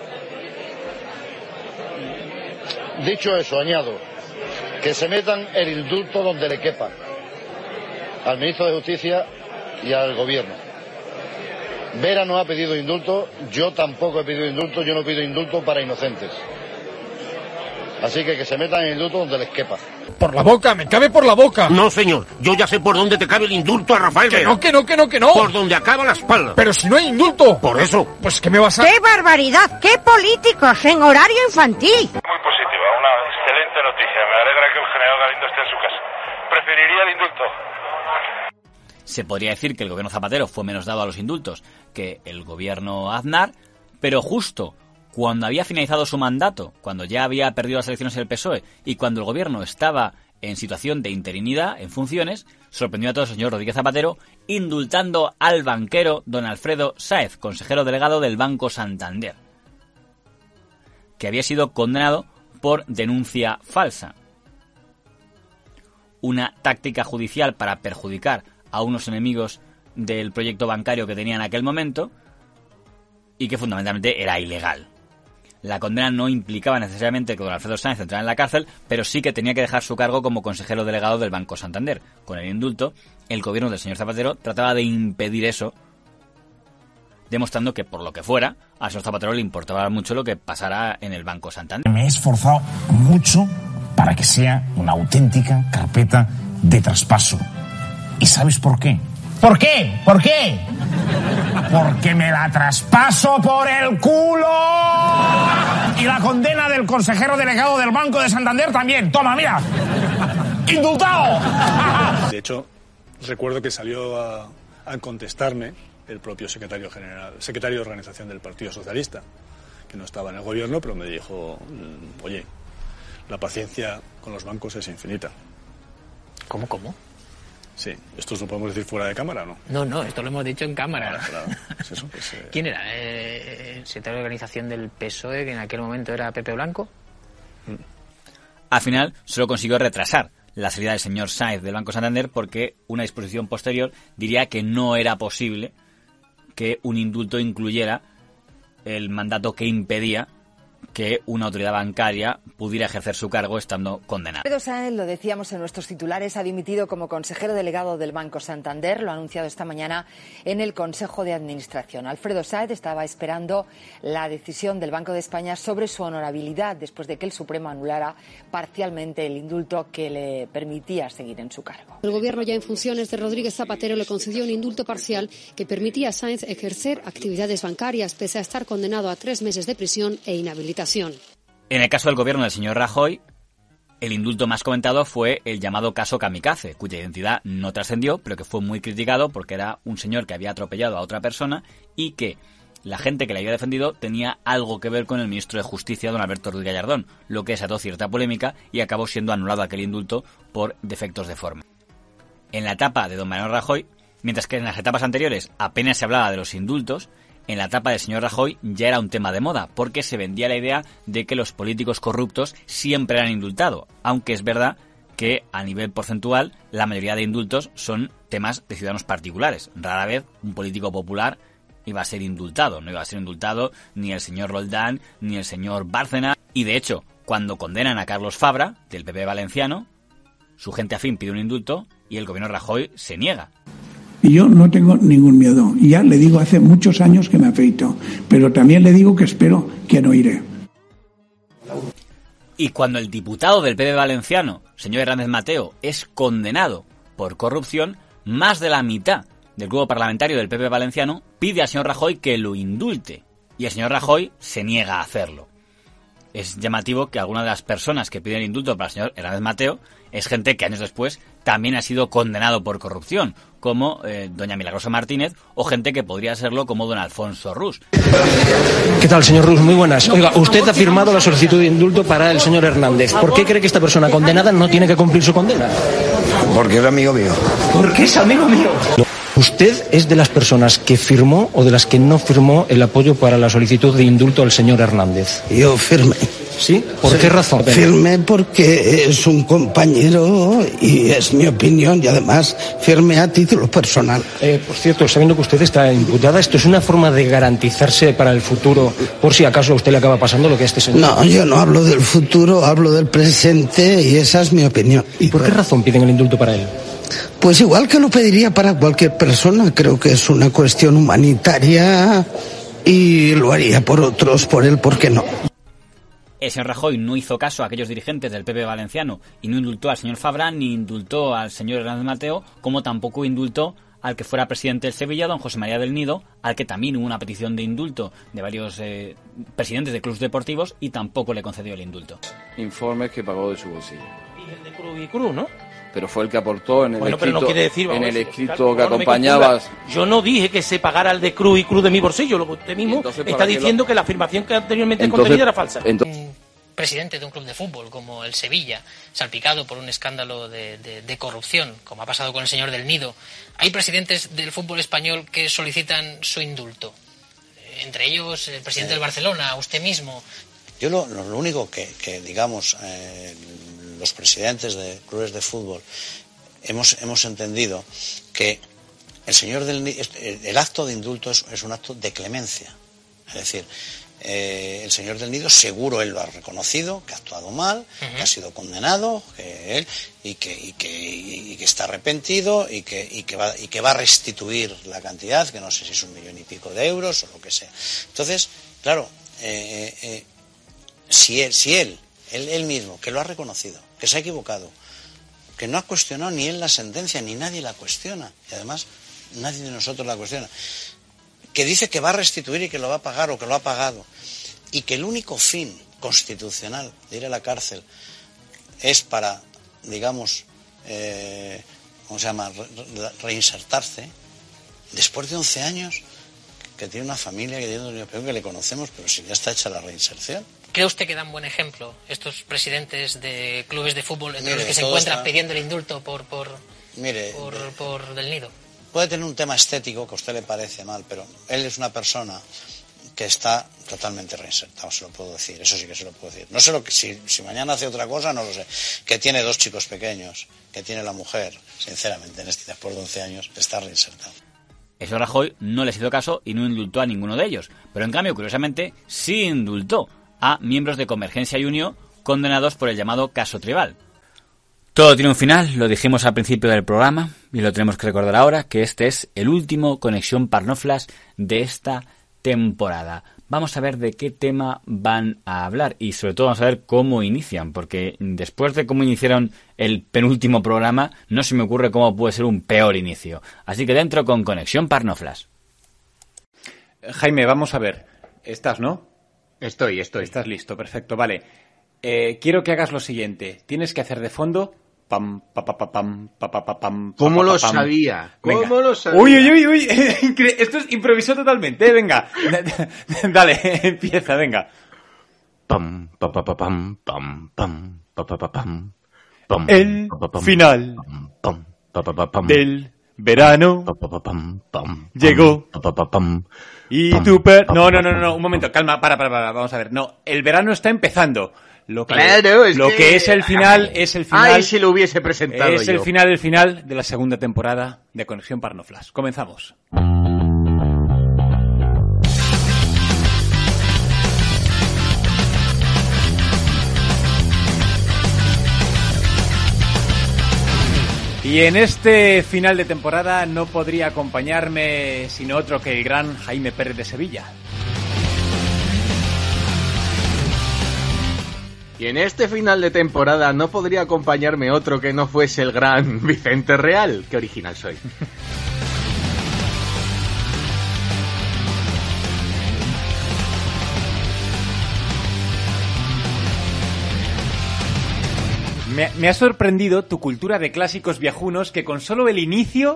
Dicho eso, añado que se metan el indulto donde le quepa al ministro de Justicia y al gobierno. Vera no ha pedido indulto, yo tampoco he pedido indulto, yo no pido indulto para inocentes. Así que se metan el indulto donde les quepa. Por la boca, me cabe por la boca. No, señor, yo ya sé por dónde te cabe el indulto a Rafael Vera. Que no. Por donde acaba la espalda. Pero si no hay indulto. Por eso. Pues ¿qué me vas a...? ¡Qué barbaridad! ¡Qué políticos en horario infantil! Muy positiva, una excelente noticia. Me alegra que el general Galindo esté en su casa. Preferiría el indulto. Se podría decir que el gobierno Zapatero fue menos dado a los indultos que el gobierno Aznar, pero justo cuando había finalizado su mandato, cuando ya había perdido las elecciones el PSOE y cuando el gobierno estaba en situación de interinidad, en funciones, sorprendió a todo el señor Rodríguez Zapatero indultando al banquero don Alfredo Sáez, consejero delegado del Banco Santander, que había sido condenado por denuncia falsa. Una táctica judicial para perjudicar a unos enemigos del proyecto bancario que tenía en aquel momento y que fundamentalmente era ilegal. La condena no implicaba necesariamente que don Alfredo Sáenz entrara en la cárcel, pero sí que tenía que dejar su cargo como consejero delegado del Banco Santander. Con el indulto, el gobierno del señor Zapatero trataba de impedir eso, demostrando que, por lo que fuera, al señor Zapatero le importaba mucho lo que pasara en el Banco Santander. Me he esforzado mucho para que sea una auténtica carpeta de traspaso. ¿Y sabes por qué? ¿Por qué? ¿Por qué? Porque me la traspaso por el culo. Y la condena del consejero delegado del Banco de Santander también. Toma, mira. ¡Indultado! De hecho, recuerdo que salió a contestarme el propio secretario de organización del Partido Socialista, que no estaba en el gobierno, pero me dijo, oye, la paciencia con los bancos es infinita. ¿Cómo? Sí, ¿esto lo podemos decir fuera de cámara o no? No, esto lo hemos dicho en cámara. Claro. Pues eso, pues, ¿Quién era? ¿El secretario de organización del PSOE, que en aquel momento era Pepe Blanco? Al final, solo consiguió retrasar la salida del señor Sáenz del Banco Santander porque una disposición posterior diría que no era posible que un indulto incluyera el mandato que impedía que una autoridad bancaria pudiera ejercer su cargo estando condenada. Alfredo Sáenz, lo decíamos en nuestros titulares, ha dimitido como consejero delegado del Banco Santander. Lo ha anunciado esta mañana en el Consejo de Administración. Alfredo Sáenz estaba esperando la decisión del Banco de España sobre su honorabilidad después de que el Supremo anulara parcialmente el indulto que le permitía seguir en su cargo. El gobierno ya en funciones de Rodríguez Zapatero le concedió un indulto parcial que permitía a Sáenz ejercer actividades bancarias pese a estar condenado a 3 meses de prisión e inhabilitación. En el caso del gobierno del señor Rajoy, el indulto más comentado fue el llamado caso Kamikaze, cuya identidad no trascendió, pero que fue muy criticado porque era un señor que había atropellado a otra persona y que la gente que le había defendido tenía algo que ver con el ministro de Justicia, don Alberto Ruiz Gallardón, lo que desató cierta polémica y acabó siendo anulado aquel indulto por defectos de forma. En la etapa de don Mariano Rajoy, mientras que en las etapas anteriores apenas se hablaba de los indultos, en la etapa del señor Rajoy ya era un tema de moda, porque se vendía la idea de que los políticos corruptos siempre eran indultados, aunque es verdad que a nivel porcentual la mayoría de indultos son temas de ciudadanos particulares. Rara vez un político popular iba a ser indultado, no iba a ser indultado ni el señor Roldán ni el señor Bárcena, y de hecho, cuando condenan a Carlos Fabra, del PP valenciano, su gente afín pide un indulto y el gobierno Rajoy se niega. Y yo no tengo ningún miedo. Y ya le digo, hace muchos años que me afeito. Pero también le digo que espero que no iré. Y cuando el diputado del PP valenciano, señor Hernández Mateo, es condenado por corrupción, más de la mitad del grupo parlamentario del PP valenciano pide al señor Rajoy que lo indulte. Y el señor Rajoy se niega a hacerlo. Es llamativo que alguna de las personas que piden indulto para el señor Hernández Mateo es gente que años después también ha sido condenado por corrupción, como doña Milagrosa Martínez, o gente que podría serlo como don Alfonso Rus. ¿Qué tal, señor Rus? Muy buenas. Oiga, usted ha firmado la solicitud de indulto para el señor Hernández. ¿Por qué cree que esta persona condenada no tiene que cumplir su condena? Porque es amigo mío. ¿Por qué es amigo mío? ¿Usted es de las personas que firmó o de las que no firmó el apoyo para la solicitud de indulto al señor Hernández? Yo firmé. ¿Sí? ¿Por qué razón? Firmé porque es un compañero y es mi opinión, y además firmé a título personal. Por cierto, sabiendo que usted está imputada, ¿esto es una forma de garantizarse para el futuro por si acaso a usted le acaba pasando lo que a este señor? No, yo no hablo del futuro, hablo del presente, y esa es mi opinión. ¿Y por qué razón piden el indulto para él? Pues igual que lo pediría para cualquier persona. Creo que es una cuestión humanitaria y lo haría por otros, por él, ¿por qué no? El señor Rajoy no hizo caso a aquellos dirigentes del PP valenciano y no indultó al señor Fabra ni indultó al señor Hernández Mateo, como tampoco indultó al que fuera presidente del Sevilla, don José María del Nido, al que también hubo una petición de indulto de varios presidentes de clubes deportivos y tampoco le concedió el indulto. Informes que pagó de su bolsillo. Y el de Cruz y Cruz, ¿no? Pero fue el que aportó en el bueno, escrito, no quiere decir, en el escrito que acompañaba. Yo no dije que se pagara el de Cruz y Cruz de mi bolsillo, lo que usted mismo está diciendo que la afirmación que anteriormente contenida era falsa. Presidente de un club de fútbol como el Sevilla, salpicado por un escándalo de corrupción, como ha pasado con el señor del Nido, hay presidentes del fútbol español que solicitan su indulto. Entre ellos el presidente del Barcelona, usted mismo. Yo lo único que digamos, los presidentes de clubes de fútbol hemos entendido que el señor el acto de indulto es un acto de clemencia. Es decir, el señor del Nido seguro él lo ha reconocido, que ha actuado mal, que ha sido condenado, que él y que está arrepentido y que va a restituir la cantidad, que no sé si es 1 millón y pico de euros o lo que sea. Entonces, claro, si él mismo, que lo ha reconocido, que se ha equivocado, que no ha cuestionado ni él la sentencia, ni nadie la cuestiona, y además nadie de nosotros la cuestiona, que dice que va a restituir y que lo va a pagar o que lo ha pagado, y que el único fin constitucional de ir a la cárcel es para, digamos, ¿cómo se llama?, reinsertarse, después de 11 años, que tiene una familia, que tiene un niño peor, que le conocemos, pero si ya está hecha la reinserción. ¿Cree usted que dan buen ejemplo estos presidentes de clubes de fútbol entre los que se encuentran pidiendo el indulto por Del Nido? Puede tener un tema estético que a usted le parece mal, pero él es una persona que está totalmente reinsertado, se lo puedo decir, eso sí que se lo puedo decir. No sé si mañana hace otra cosa, no lo sé. Que tiene 2 chicos pequeños, que tiene la mujer, sinceramente, después de 11 años, está reinsertado. Eso Rajoy no les hizo caso y no indultó a ninguno de ellos. Pero en cambio, curiosamente, sí indultó a miembros de Convergencia y Unió condenados por el llamado caso Tribal. Todo tiene un final, lo dijimos al principio del programa y lo tenemos que recordar ahora, que este es el último Conexión Parnoflas de esta temporada. Vamos a ver de qué tema van a hablar y sobre todo vamos a ver cómo inician, porque después de cómo iniciaron el penúltimo programa, no se me ocurre cómo puede ser un peor inicio. Así que dentro con Conexión Parnoflas. Jaime, vamos a ver. ¿Estás, no? Estoy. Estás listo, perfecto, vale. Quiero que hagas lo siguiente. Tienes que hacer de fondo... Pam, pa, pa, pa, pam, pa, pa, pa, pam, ¿Cómo pa, pa, lo pam. sabía? Venga. ¿Cómo lo sabía? Uy. Esto es improviso totalmente, venga. Dale, empieza, venga. Pam, pa, pa, pa, pam, pam, pam, pa, pa, pa, pam, pam, El pa, pa, pam, final pam, pa, pa, pa, pam, del verano pa, pa, pa, pam, pam, llegó. pa, pa, pa, pam, Y pam, tu No, un momento, calma, para, vamos a ver. No, el verano está empezando. Lo que es el final es el final. Ay, si lo hubiese presentado es yo. el final de la segunda temporada de Conexión Parnoflas. Comenzamos. Y en este final de temporada no podría acompañarme sino otro que el gran Jaime Pérez de Sevilla. Y en este final de temporada no podría acompañarme otro que no fuese el gran Vicente Real. Qué original soy. Me ha sorprendido tu cultura de clásicos viajunos que con solo el inicio...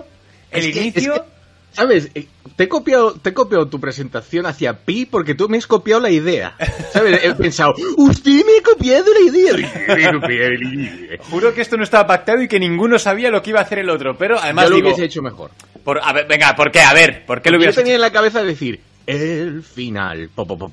¿Sabes? Te he copiado tu presentación hacia Pi porque tú me has copiado la idea. ¿Sabes? He pensado, usted me ha copiado la idea. Juro que esto no estaba pactado y que ninguno sabía lo que iba a hacer el otro, pero además yo lo digo... hubiese hecho mejor. A ver, venga, ¿por qué? A ver, ¿por qué lo hubieras Yo tenía hecho? en la cabeza decir, el final,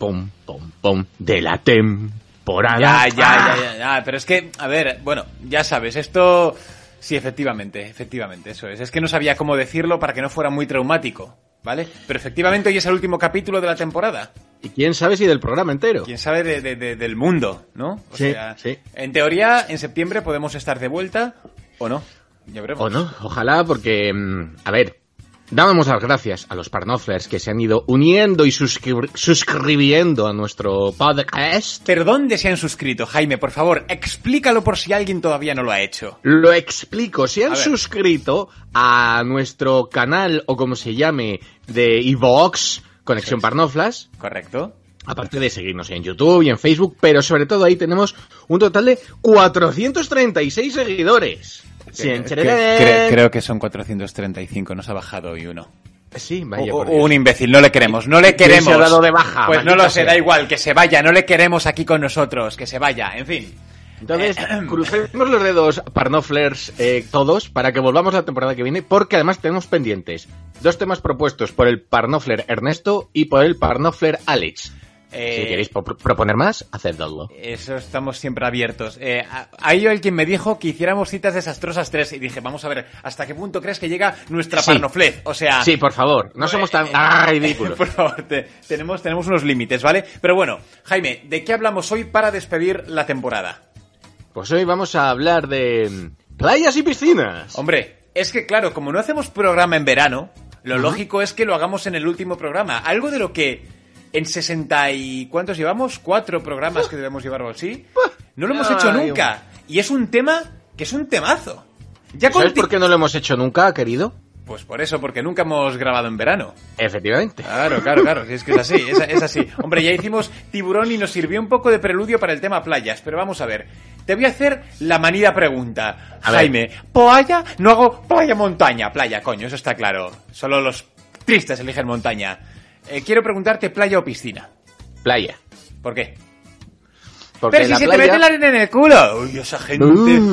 de la temporada. Ya, pero es que, a ver, bueno, ya sabes, esto... Sí, efectivamente, eso es. Es que no sabía cómo decirlo para que no fuera muy traumático, ¿vale? Pero efectivamente hoy es el último capítulo de la temporada. Y quién sabe si del programa entero. Quién sabe del mundo, ¿no? O sea, en teoría, en septiembre podemos estar de vuelta, o no, ya veremos. O no, ojalá, porque, a ver, dábamos las gracias a los Parnoflers que se han ido uniendo y suscribiendo a nuestro podcast. ¿Pero dónde se han suscrito, Jaime? Por favor, explícalo por si alguien todavía no lo ha hecho. Lo explico. Se han suscrito a nuestro canal, o como se llame, de iVoox, Conexión Parnoflas. Correcto. Aparte de seguirnos en YouTube y en Facebook, pero sobre todo ahí tenemos un total de 436 seguidores. Creo que son 435, nos ha bajado hoy uno. Sí, vaya. Un imbécil, no le queremos. ¿Quién se ha dado de baja? Pues no lo sé, da igual, que se vaya, no le queremos aquí con nosotros, que se vaya, en fin. Entonces, crucemos los dedos, Parnoflers, todos, para que volvamos la temporada que viene, porque además tenemos pendientes 2 temas propuestos por el Parnofler Ernesto y por el Parnofler Alex. Si queréis proponer más, hacedlo. Eso estamos siempre abiertos. Hay alguien me dijo que hiciéramos citas desastrosas 3 y dije, vamos a ver, ¿hasta qué punto crees que llega nuestra Parnoflez? O sea... Sí, por favor, no somos tan ridículos. Por favor, tenemos unos límites, ¿vale? Pero bueno, Jaime, ¿de qué hablamos hoy para despedir la temporada? Pues hoy vamos a hablar de playas y piscinas. Hombre, es que claro, como no hacemos programa en verano, lo lógico es que lo hagamos en el último programa. Algo de lo que... En 60 y... ¿Cuántos llevamos? 4 programas que debemos llevar o así. No lo hemos hecho nunca. Y es un tema que es un temazo. ¿Sabes por qué no lo hemos hecho nunca, querido? Pues por eso, porque nunca hemos grabado en verano. Efectivamente. Claro, si es que es así, es así. Hombre, ya hicimos Tiburón y nos sirvió un poco de preludio para el tema playas, pero vamos a ver. Te voy a hacer la manida pregunta. Jaime, ¿playa? No hago playa-montaña. Playa, coño, eso está claro. Solo los tristes eligen montaña. Quiero preguntarte, ¿playa o piscina? Playa. ¿Por qué? Porque pero si se playa... te mete la arena en el culo. Uy, esa gente.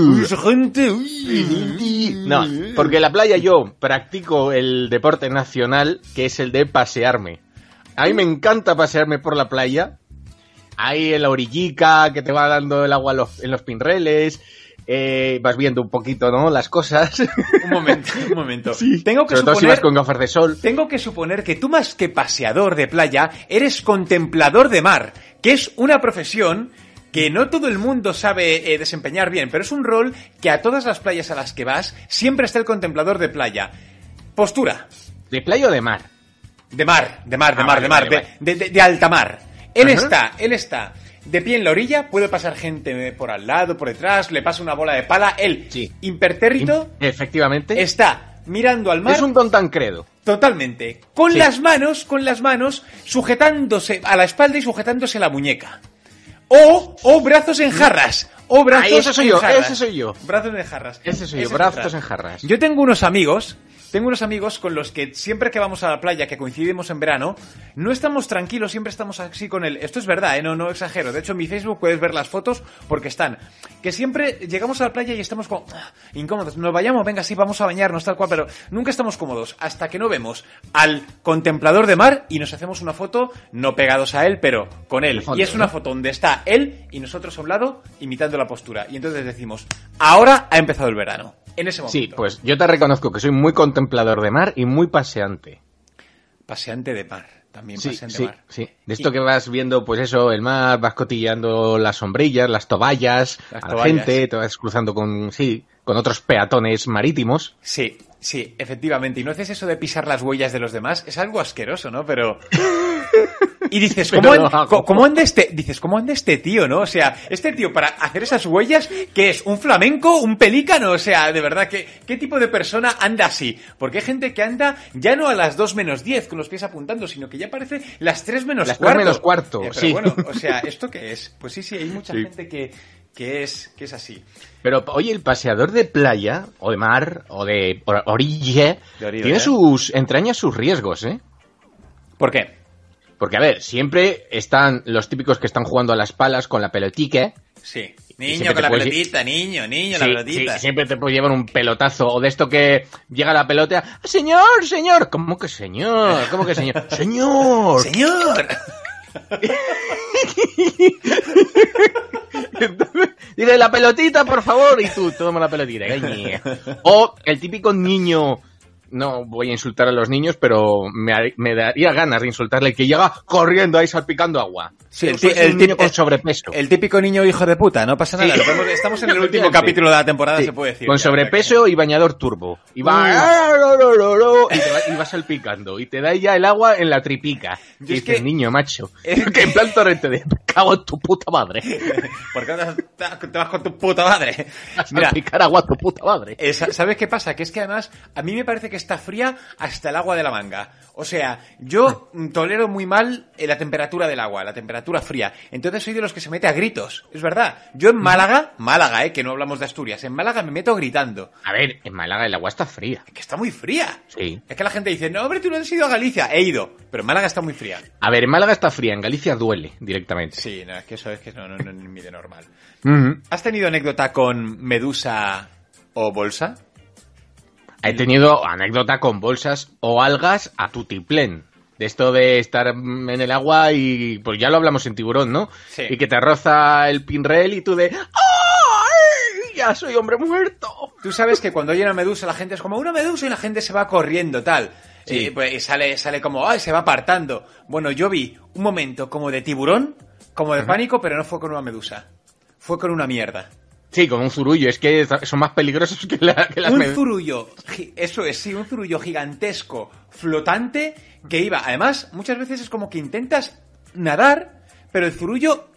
No, porque en la playa yo practico el deporte nacional, que es el de pasearme. A mí me encanta pasearme por la playa. Ahí en la orillica, que te va dando el agua en los pinreles. Vas viendo un poquito, ¿no? Las cosas. Un momento. Sí. Tengo que Sobre todo si vas con gafas de sol. Tengo que suponer que tú, más que paseador de playa, eres contemplador de mar, que es una profesión que no todo el mundo sabe desempeñar bien, pero es un rol que a todas las playas a las que vas siempre está el contemplador de playa. Postura. ¿De playa o de mar? De mar. De alta mar. Él está de pie en la orilla, puede pasar gente por al lado, por detrás, le pasa una bola de pala, él, impertérrito, efectivamente, está mirando al mar. Es un don Tancredo. Totalmente. Con las manos, sujetándose a la espalda y sujetándose la muñeca. O brazos en jarras. O brazos ese soy yo. Brazos en jarras. Ese soy yo, brazos en jarras. Yo tengo unos amigos con los que siempre que vamos a la playa, que coincidimos en verano, no estamos tranquilos, siempre estamos así con él. Esto es verdad, no exagero. De hecho, en mi Facebook puedes ver las fotos porque están. Que siempre llegamos a la playa y estamos como incómodos. Nos vayamos, venga, sí, vamos a bañarnos, tal cual, pero nunca estamos cómodos hasta que no vemos al contemplador de mar y nos hacemos una foto, no pegados a él, pero con él. Y es una foto donde está él y nosotros a un lado imitando la postura. Y entonces decimos, ahora ha empezado el verano. En ese momento. Sí, pues yo te reconozco que soy muy contemplador de mar y muy paseante. Paseante de mar, también paseante de mar. Sí, de esto que vas viendo, pues eso, el mar, vas cotilleando las sombrillas, las toballas, la gente, te vas cruzando con otros peatones marítimos. Sí, efectivamente. Y no haces eso de pisar las huellas de los demás, es algo asqueroso, ¿no? Pero... Y dices, ¿cómo anda este tío, no? O sea, este tío para hacer esas huellas, ¿qué es? ¿Un flamenco? ¿Un pelícano? O sea, de verdad, ¿qué tipo de persona anda así? Porque hay gente que anda ya no a las 2 menos 10 con los pies apuntando, sino que ya parece las 3 menos cuarto. Las 3 menos cuarto, pero sí. Bueno, o sea, ¿esto qué es? Pues sí, hay mucha gente que es así. Pero, oye, el paseador de playa, o de mar, o de orilla, tiene entraña sus riesgos, ¿eh? ¿Por qué? Porque, a ver, siempre están los típicos que están jugando a las palas con la pelotique. Sí. Niño con la pelotita, niño, la pelotita. Sí, siempre te puede llevar un pelotazo. O de esto que llega la pelota. ¡Señor! ¿Cómo que señor? ¡Señor! Dice, la pelotita, por favor. Y tú, toma la pelotita. O el típico niño... No voy a insultar a los niños, pero me daría ganas de insultarle el que llega corriendo ahí salpicando agua. Sí, el niño con sobrepeso. El típico niño hijo de puta, no pasa nada. Estamos en el último capítulo de la temporada, se puede decir. Con sobrepeso y bañador turbo. Y va y va salpicando. Y te da ya el agua en la tripica. Y dices, niño, macho. Que en plan torrente de cago en tu puta madre. ¿Por qué te vas con tu puta madre? A salpicar agua a tu puta madre. ¿Sabes qué pasa? Que es que además, a mí me parece que está fría hasta el agua de la manga. O sea, yo tolero muy mal la temperatura del agua, la temperatura fría. Entonces soy de los que se mete a gritos. Es verdad. Yo en Málaga, que no hablamos de Asturias, en Málaga me meto gritando. A ver, en Málaga el agua está fría. Es que está muy fría. Sí. Es que la gente dice, no, hombre, tú no has ido a Galicia. He ido, pero en Málaga está muy fría. A ver, en Málaga está fría, en Galicia duele directamente. Sí, no, es que eso es que no mide normal. ¿Has tenido anécdota con medusa o bolsa? He tenido anécdota con bolsas o algas a tutiplén. De esto de estar en el agua y pues ya lo hablamos en Tiburón, ¿no? Sí. Y que te roza el pinrel y tú de ¡ay! Ya soy hombre muerto. Tú sabes que cuando hay una medusa la gente es como una medusa y la gente se va corriendo, tal. Sí. Pues sale como, ¡ay! Se va apartando. Bueno, yo vi un momento como de tiburón, como de pánico, pero no fue con una medusa. Fue con una mierda. Sí, con un zurullo, es que son más peligrosos que las medusas. Zurullo, eso es, sí, un zurullo gigantesco, flotante, que iba, además, muchas veces es como que intentas nadar, pero el zurullo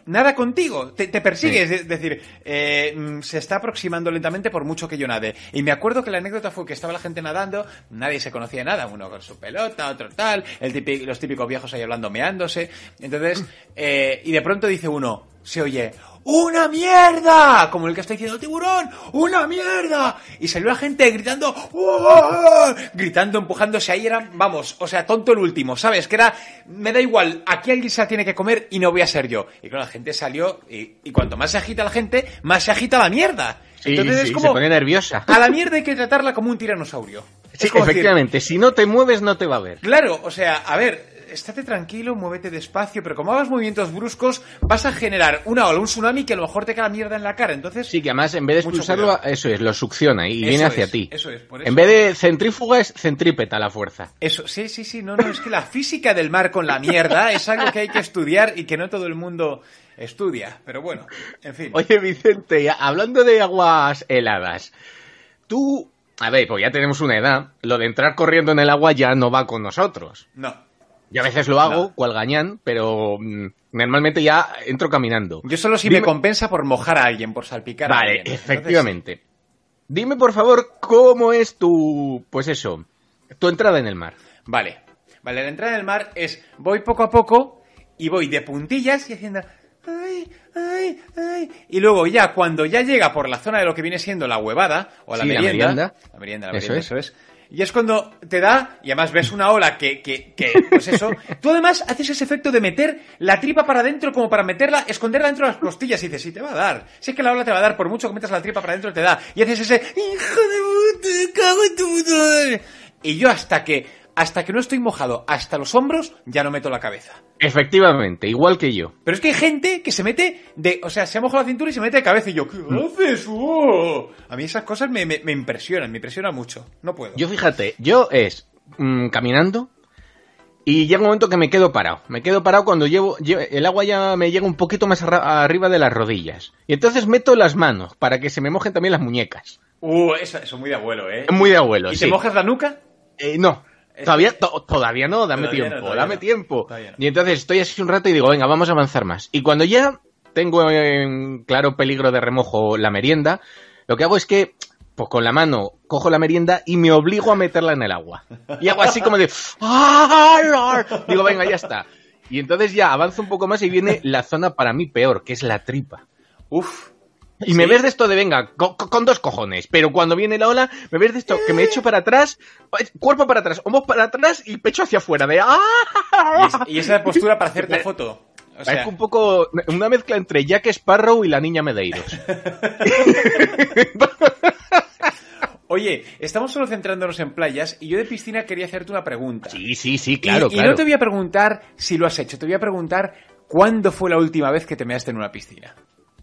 nada contigo, te persigue, sí. Es decir, se está aproximando lentamente por mucho que yo nade. Y me acuerdo que la anécdota fue que estaba la gente nadando, nadie se conocía de nada, uno con su pelota, otro tal, los típicos viejos ahí hablando, meándose. Entonces, y de pronto dice uno, se oye, ¡una mierda! Como el que está diciendo, ¡tiburón! ¡Una mierda! Y salió la gente gritando, ¡oh! Gritando, empujándose. Ahí era, vamos, o sea, tonto el último, ¿sabes? Que era, me da igual, aquí alguien se la tiene que comer y no voy a ser yo. Y claro, la gente salió y cuanto más se agita la gente, más se agita la mierda. Sí, entonces sí, es como, se pone nerviosa. A la mierda hay que tratarla como un tiranosaurio. Sí, efectivamente, decir, si no te mueves no te va a ver. Claro, o sea, a ver, estate tranquilo, muévete despacio, pero como hagas movimientos bruscos, vas a generar una ola, un tsunami que a lo mejor te cae la mierda en la cara. Entonces, sí, que además en vez de expulsarlo, eso es, lo succiona y viene hacia ti. Eso es, por eso. En vez de centrífuga es centrípeta la fuerza. Eso, sí, no, es que la física del mar con la mierda es algo que hay que estudiar y que no todo el mundo estudia, pero bueno, en fin. Oye, Vicente, hablando de aguas heladas, tú, a ver, pues ya tenemos una edad, lo de entrar corriendo en el agua ya no va con nosotros. No. Yo a veces lo hago, cual gañán, pero normalmente ya entro caminando. Yo solo si me compensa por mojar a alguien, por salpicar a alguien. Vale, efectivamente. Entonces, dime, por favor, cómo es tu entrada en el mar. Vale, la entrada en el mar es, voy poco a poco y voy de puntillas y haciendo... ¡Ay! Y luego ya, cuando ya llega por la zona de lo que viene siendo la huevada, o la merienda. La merienda, eso es. Y es cuando te da, y además ves una ola que pues eso, tú además haces ese efecto de meter la tripa para adentro como para meterla, esconderla dentro de las costillas y dices, sí, te va a dar. Si es que la ola te va a dar, por mucho que metas la tripa para adentro te da. Y haces ese, hijo de puta, cago en tu puta. Y yo hasta que no estoy mojado hasta los hombros, ya no meto la cabeza. Efectivamente, igual que yo. Pero es que hay gente que se mete se ha mojado la cintura y se mete de cabeza y yo, ¿qué haces? ¡Oh! A mí esas cosas me impresionan, me impresionan mucho. No puedo. Yo fíjate, caminando y llega un momento que me quedo parado. Me quedo parado cuando el agua ya me llega un poquito más arriba de las rodillas. Y entonces meto las manos para que se me mojen también las muñecas. Eso es muy de abuelo, ¿eh? Muy de abuelo, ¿Y te mojas la nuca? No. Todavía no, dame tiempo. Y entonces estoy así un rato y digo, venga, vamos a avanzar más. Y cuando ya tengo en claro peligro de remojo la merienda, lo que hago es que, pues con la mano, cojo la merienda y me obligo a meterla en el agua. Y hago así como de... Digo, venga, ya está. Y entonces ya avanzo un poco más y viene la zona para mí peor, que es la tripa. Uf. Y me ves de esto de, venga, con dos cojones, pero cuando viene la ola, me ves de esto, que me echo para atrás, cuerpo para atrás, hombros para atrás y pecho hacia afuera, de Y esa postura para hacerte foto. O sea, es un poco una mezcla entre Jack Sparrow y la niña Medeiros. Oye, estamos solo centrándonos en playas y yo de piscina quería hacerte una pregunta. Sí, claro, y no te voy a preguntar si lo has hecho, te voy a preguntar ¿cuándo fue la última vez que te measte en una piscina?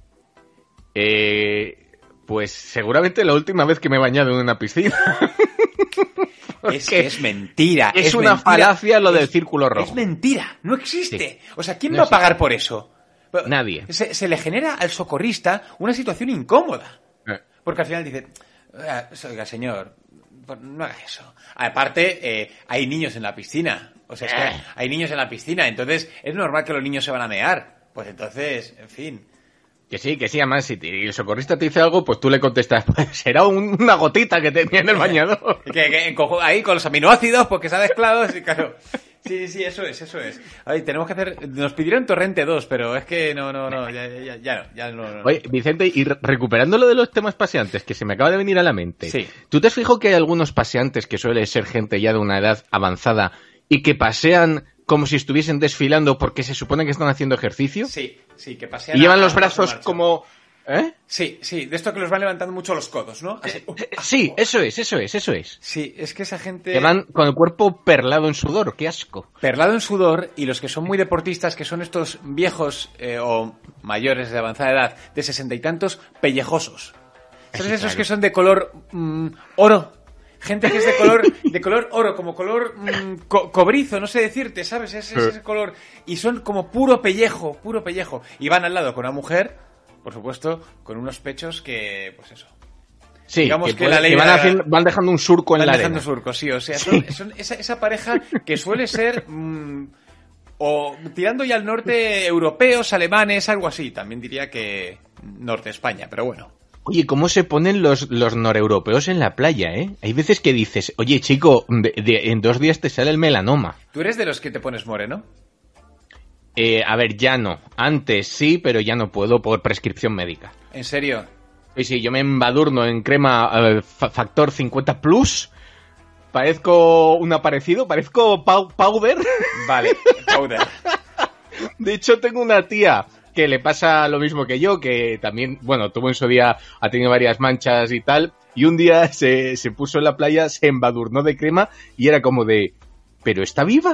Pues seguramente la última vez que me he bañado en una piscina. Es que es mentira. Es una falacia lo del círculo rojo. Es mentira, no existe. Sí. O sea, ¿quién va a pagar por eso? Nadie. Se le genera al socorrista una situación incómoda. Porque al final dice, oiga, señor, no haga eso. Aparte, hay niños en la piscina. O sea, es que hay niños en la piscina, entonces es normal que los niños se van a mear. Pues entonces, en fin... Que sí, además, si el socorrista te dice algo, pues tú le contestas, pues será una gotita que tenía en el bañador. Ahí con los aminoácidos, porque se ha mezclado, sí, claro. Sí, eso es. Ay, tenemos que hacer... Nos pidieron Torrente 2, pero es que no, ya no. Oye, Vicente, y recuperando lo de los temas paseantes, que se me acaba de venir a la mente. Sí. ¿Tú te has fijado que hay algunos paseantes que suele ser gente ya de una edad avanzada y que pasean como si estuviesen desfilando porque se supone que están haciendo ejercicio? Sí, que pasean. Y llevan los brazos como... ¿Eh? Sí, de esto que los van levantando mucho los codos, ¿no? Así, sí, eso es. Sí, es que esa gente... Que van con el cuerpo perlado en sudor, qué asco. Perlado en sudor, y los que son muy deportistas, que son estos viejos o mayores de avanzada edad, de 60 y tantos, pellejosos. ¿Sabes esos que son de color oro? Gente que es de color oro, como color cobrizo, no sé decirte, ¿sabes? Es ese color. Y son como puro pellejo. Y van al lado con una mujer, por supuesto, con unos pechos que, pues eso. Sí, digamos que la ley van dejando un surco en la arena. Van dejando surcos, sí. O sea, son esa pareja que suele ser O tirando ya al norte, europeos, alemanes, algo así. También diría que norte de España, pero bueno. Oye, ¿cómo se ponen los noreuropeos en la playa, eh? Hay veces que dices, oye, chico, en 2 días te sale el melanoma. ¿Tú eres de los que te pones moreno? A ver, ya no. Antes sí, pero ya no puedo por prescripción médica. ¿En serio? Sí, yo me embadurno en crema factor 50 plus. Parezco un aparecido, parezco powder. Vale, powder. De hecho, tengo una tía que le pasa lo mismo que yo, que también, bueno, tuvo en su día, ha tenido varias manchas y tal, y un día se puso en la playa, se embadurnó de crema y era como de, ¿pero está viva?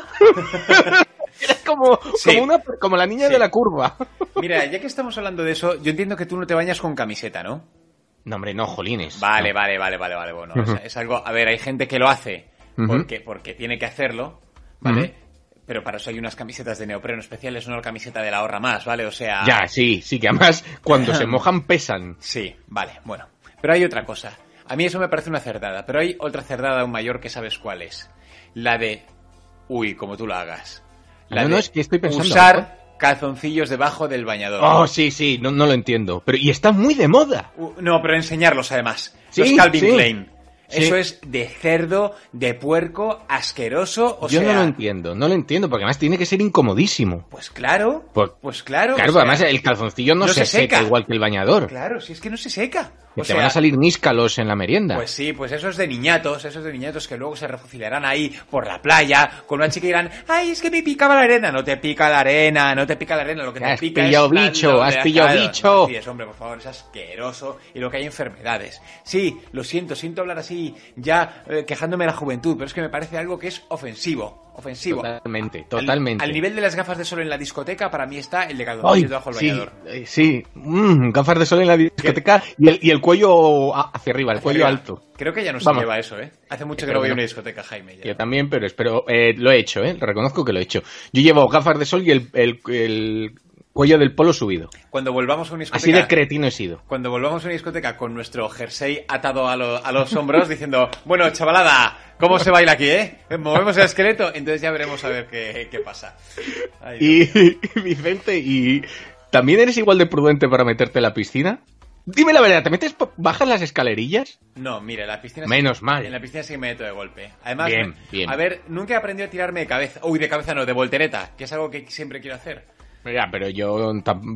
Era como la niña de la curva. Mira, ya que estamos hablando de eso, yo entiendo que tú no te bañas con camiseta, ¿no? No, hombre, no, jolines. Vale, no. Vale. Bueno, es algo, a ver, hay gente que lo hace porque tiene que hacerlo, ¿vale? Pero para eso hay unas camisetas de neopreno especiales, no la camiseta de la Ahorra Más, ¿vale? O sea... Ya, sí, que además cuando se mojan pesan. Sí, vale, bueno. Pero hay otra cosa. A mí eso me parece una cerdada, pero hay otra cerdada aún mayor que sabes cuál es. La de... Uy, como tú lo hagas. No, es que estoy pensando... Usar calzoncillos debajo del bañador. Oh, sí, no lo entiendo. Pero y está muy de moda. No, pero enseñarlos además. ¿Sí? Los Calvin Sí. Klein. Sí. Eso es de cerdo, de puerco, asqueroso, Yo no lo entiendo, porque además tiene que ser incomodísimo. Pues claro, Claro, o sea, además el calzoncillo no se seca igual que el bañador. Claro, si es que no se seca. Que te van a salir níscalos en la merienda. Pues sí, pues esos de niñatos que luego se refugilarán ahí por la playa con una chica y dirán, ay, es que me picaba la arena. No te pica la arena, lo que te pica has pillado bicho. Así es, hombre, por favor, es asqueroso y lo que hay enfermedades. Sí, lo siento hablar así, ya quejándome de la juventud, pero es que me parece algo que es ofensivo. Totalmente. Al nivel de las gafas de sol en la discoteca, para mí está el de calzoncillos debajo del bañador. Sí, gafas de sol en la discoteca y el cuello hacia arriba, el cuello alto. Creo que ya no se lleva eso, ¿eh? Hace mucho que no voy a una discoteca, Jaime. Ya. Yo también, pero lo he hecho, reconozco que lo he hecho. Yo llevo gafas de sol y el cuello del polo subido. Cuando volvamos a una discoteca... Así de cretino he sido. Cuando volvamos a una discoteca con nuestro jersey atado a los hombros diciendo, bueno, chavalada, ¿cómo se baila aquí, Movemos el esqueleto, entonces ya veremos a ver qué pasa. Ay, y Vicente, ¿y también eres igual de prudente para meterte en la piscina? Dime la verdad, ¿bajas las escalerillas? No, mira, en la piscina... Menos mal. En la piscina sí me meto de golpe. Además, bien. A ver, nunca he aprendido a tirarme de cabeza. Uy, de cabeza no, de voltereta, que es algo que siempre quiero hacer. Ya, pero yo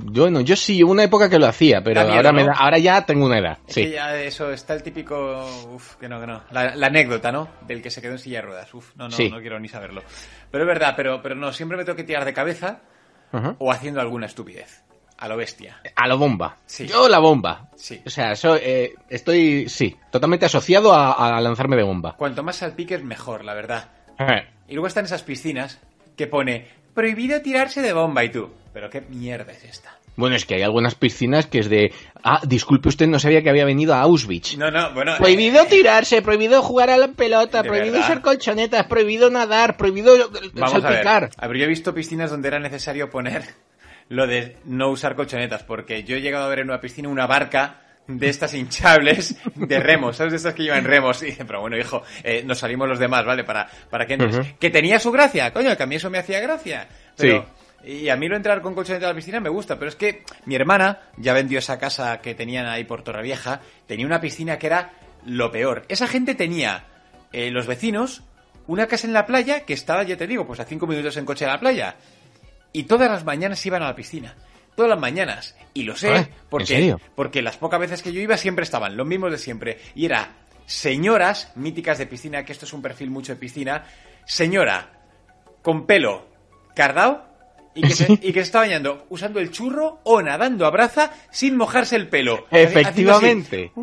sí, hubo una época que lo hacía, pero miedo, ahora ¿no? Ahora ya tengo una edad. Es sí. Que ya eso, está el típico... que no. La anécdota, ¿no? Del que se quedó en silla de ruedas. No quiero ni saberlo. Pero es verdad, pero no, siempre me tengo que tirar de cabeza o haciendo alguna estupidez. A lo bestia. A lo bomba. Sí. Yo la bomba. Sí. O sea, estoy, totalmente asociado a lanzarme de bomba. Cuanto más salpiques, mejor, la verdad. Y luego están esas piscinas que pone prohibido tirarse de bomba y tú. ¿Pero qué mierda es esta? Bueno, es que hay algunas piscinas que es de... disculpe, usted no sabía que había venido a Auschwitz. No, bueno... Prohibido tirarse, prohibido jugar a la pelota, prohibido verdad? Usar colchonetas, prohibido nadar, prohibido salpicar. A ver, yo he visto piscinas donde era necesario poner lo de no usar colchonetas, porque yo he llegado a ver en una piscina una barca de estas hinchables de remos, ¿sabes? De estas que llevan remos. Y dicen, pero bueno, hijo, nos salimos los demás, ¿vale? ¿Para qué entres? Que tenía su gracia, coño, que a mí eso me hacía gracia. Pero... Sí. Y a mí lo entrar con colchoneta a la piscina me gusta, pero es que mi hermana ya vendió esa casa que tenían ahí por Torrevieja, tenía una piscina que era lo peor. Esa gente tenía, los vecinos, una casa en la playa que estaba, ya te digo, pues a 5 minutos en coche de la playa. Y todas las mañanas iban a la piscina. Todas las mañanas. Y lo sé, porque las pocas veces que yo iba siempre estaban, los mismos de siempre. Y era señoras míticas de piscina, que esto es un perfil mucho de piscina, señora con pelo cardao, y que se está bañando usando el churro o nadando a braza sin mojarse el pelo. Efectivamente.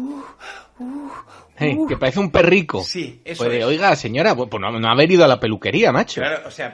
Que parece un perrico. Sí, eso pues es. Oiga, señora, pues no haber ido a la peluquería, macho. Claro, o sea,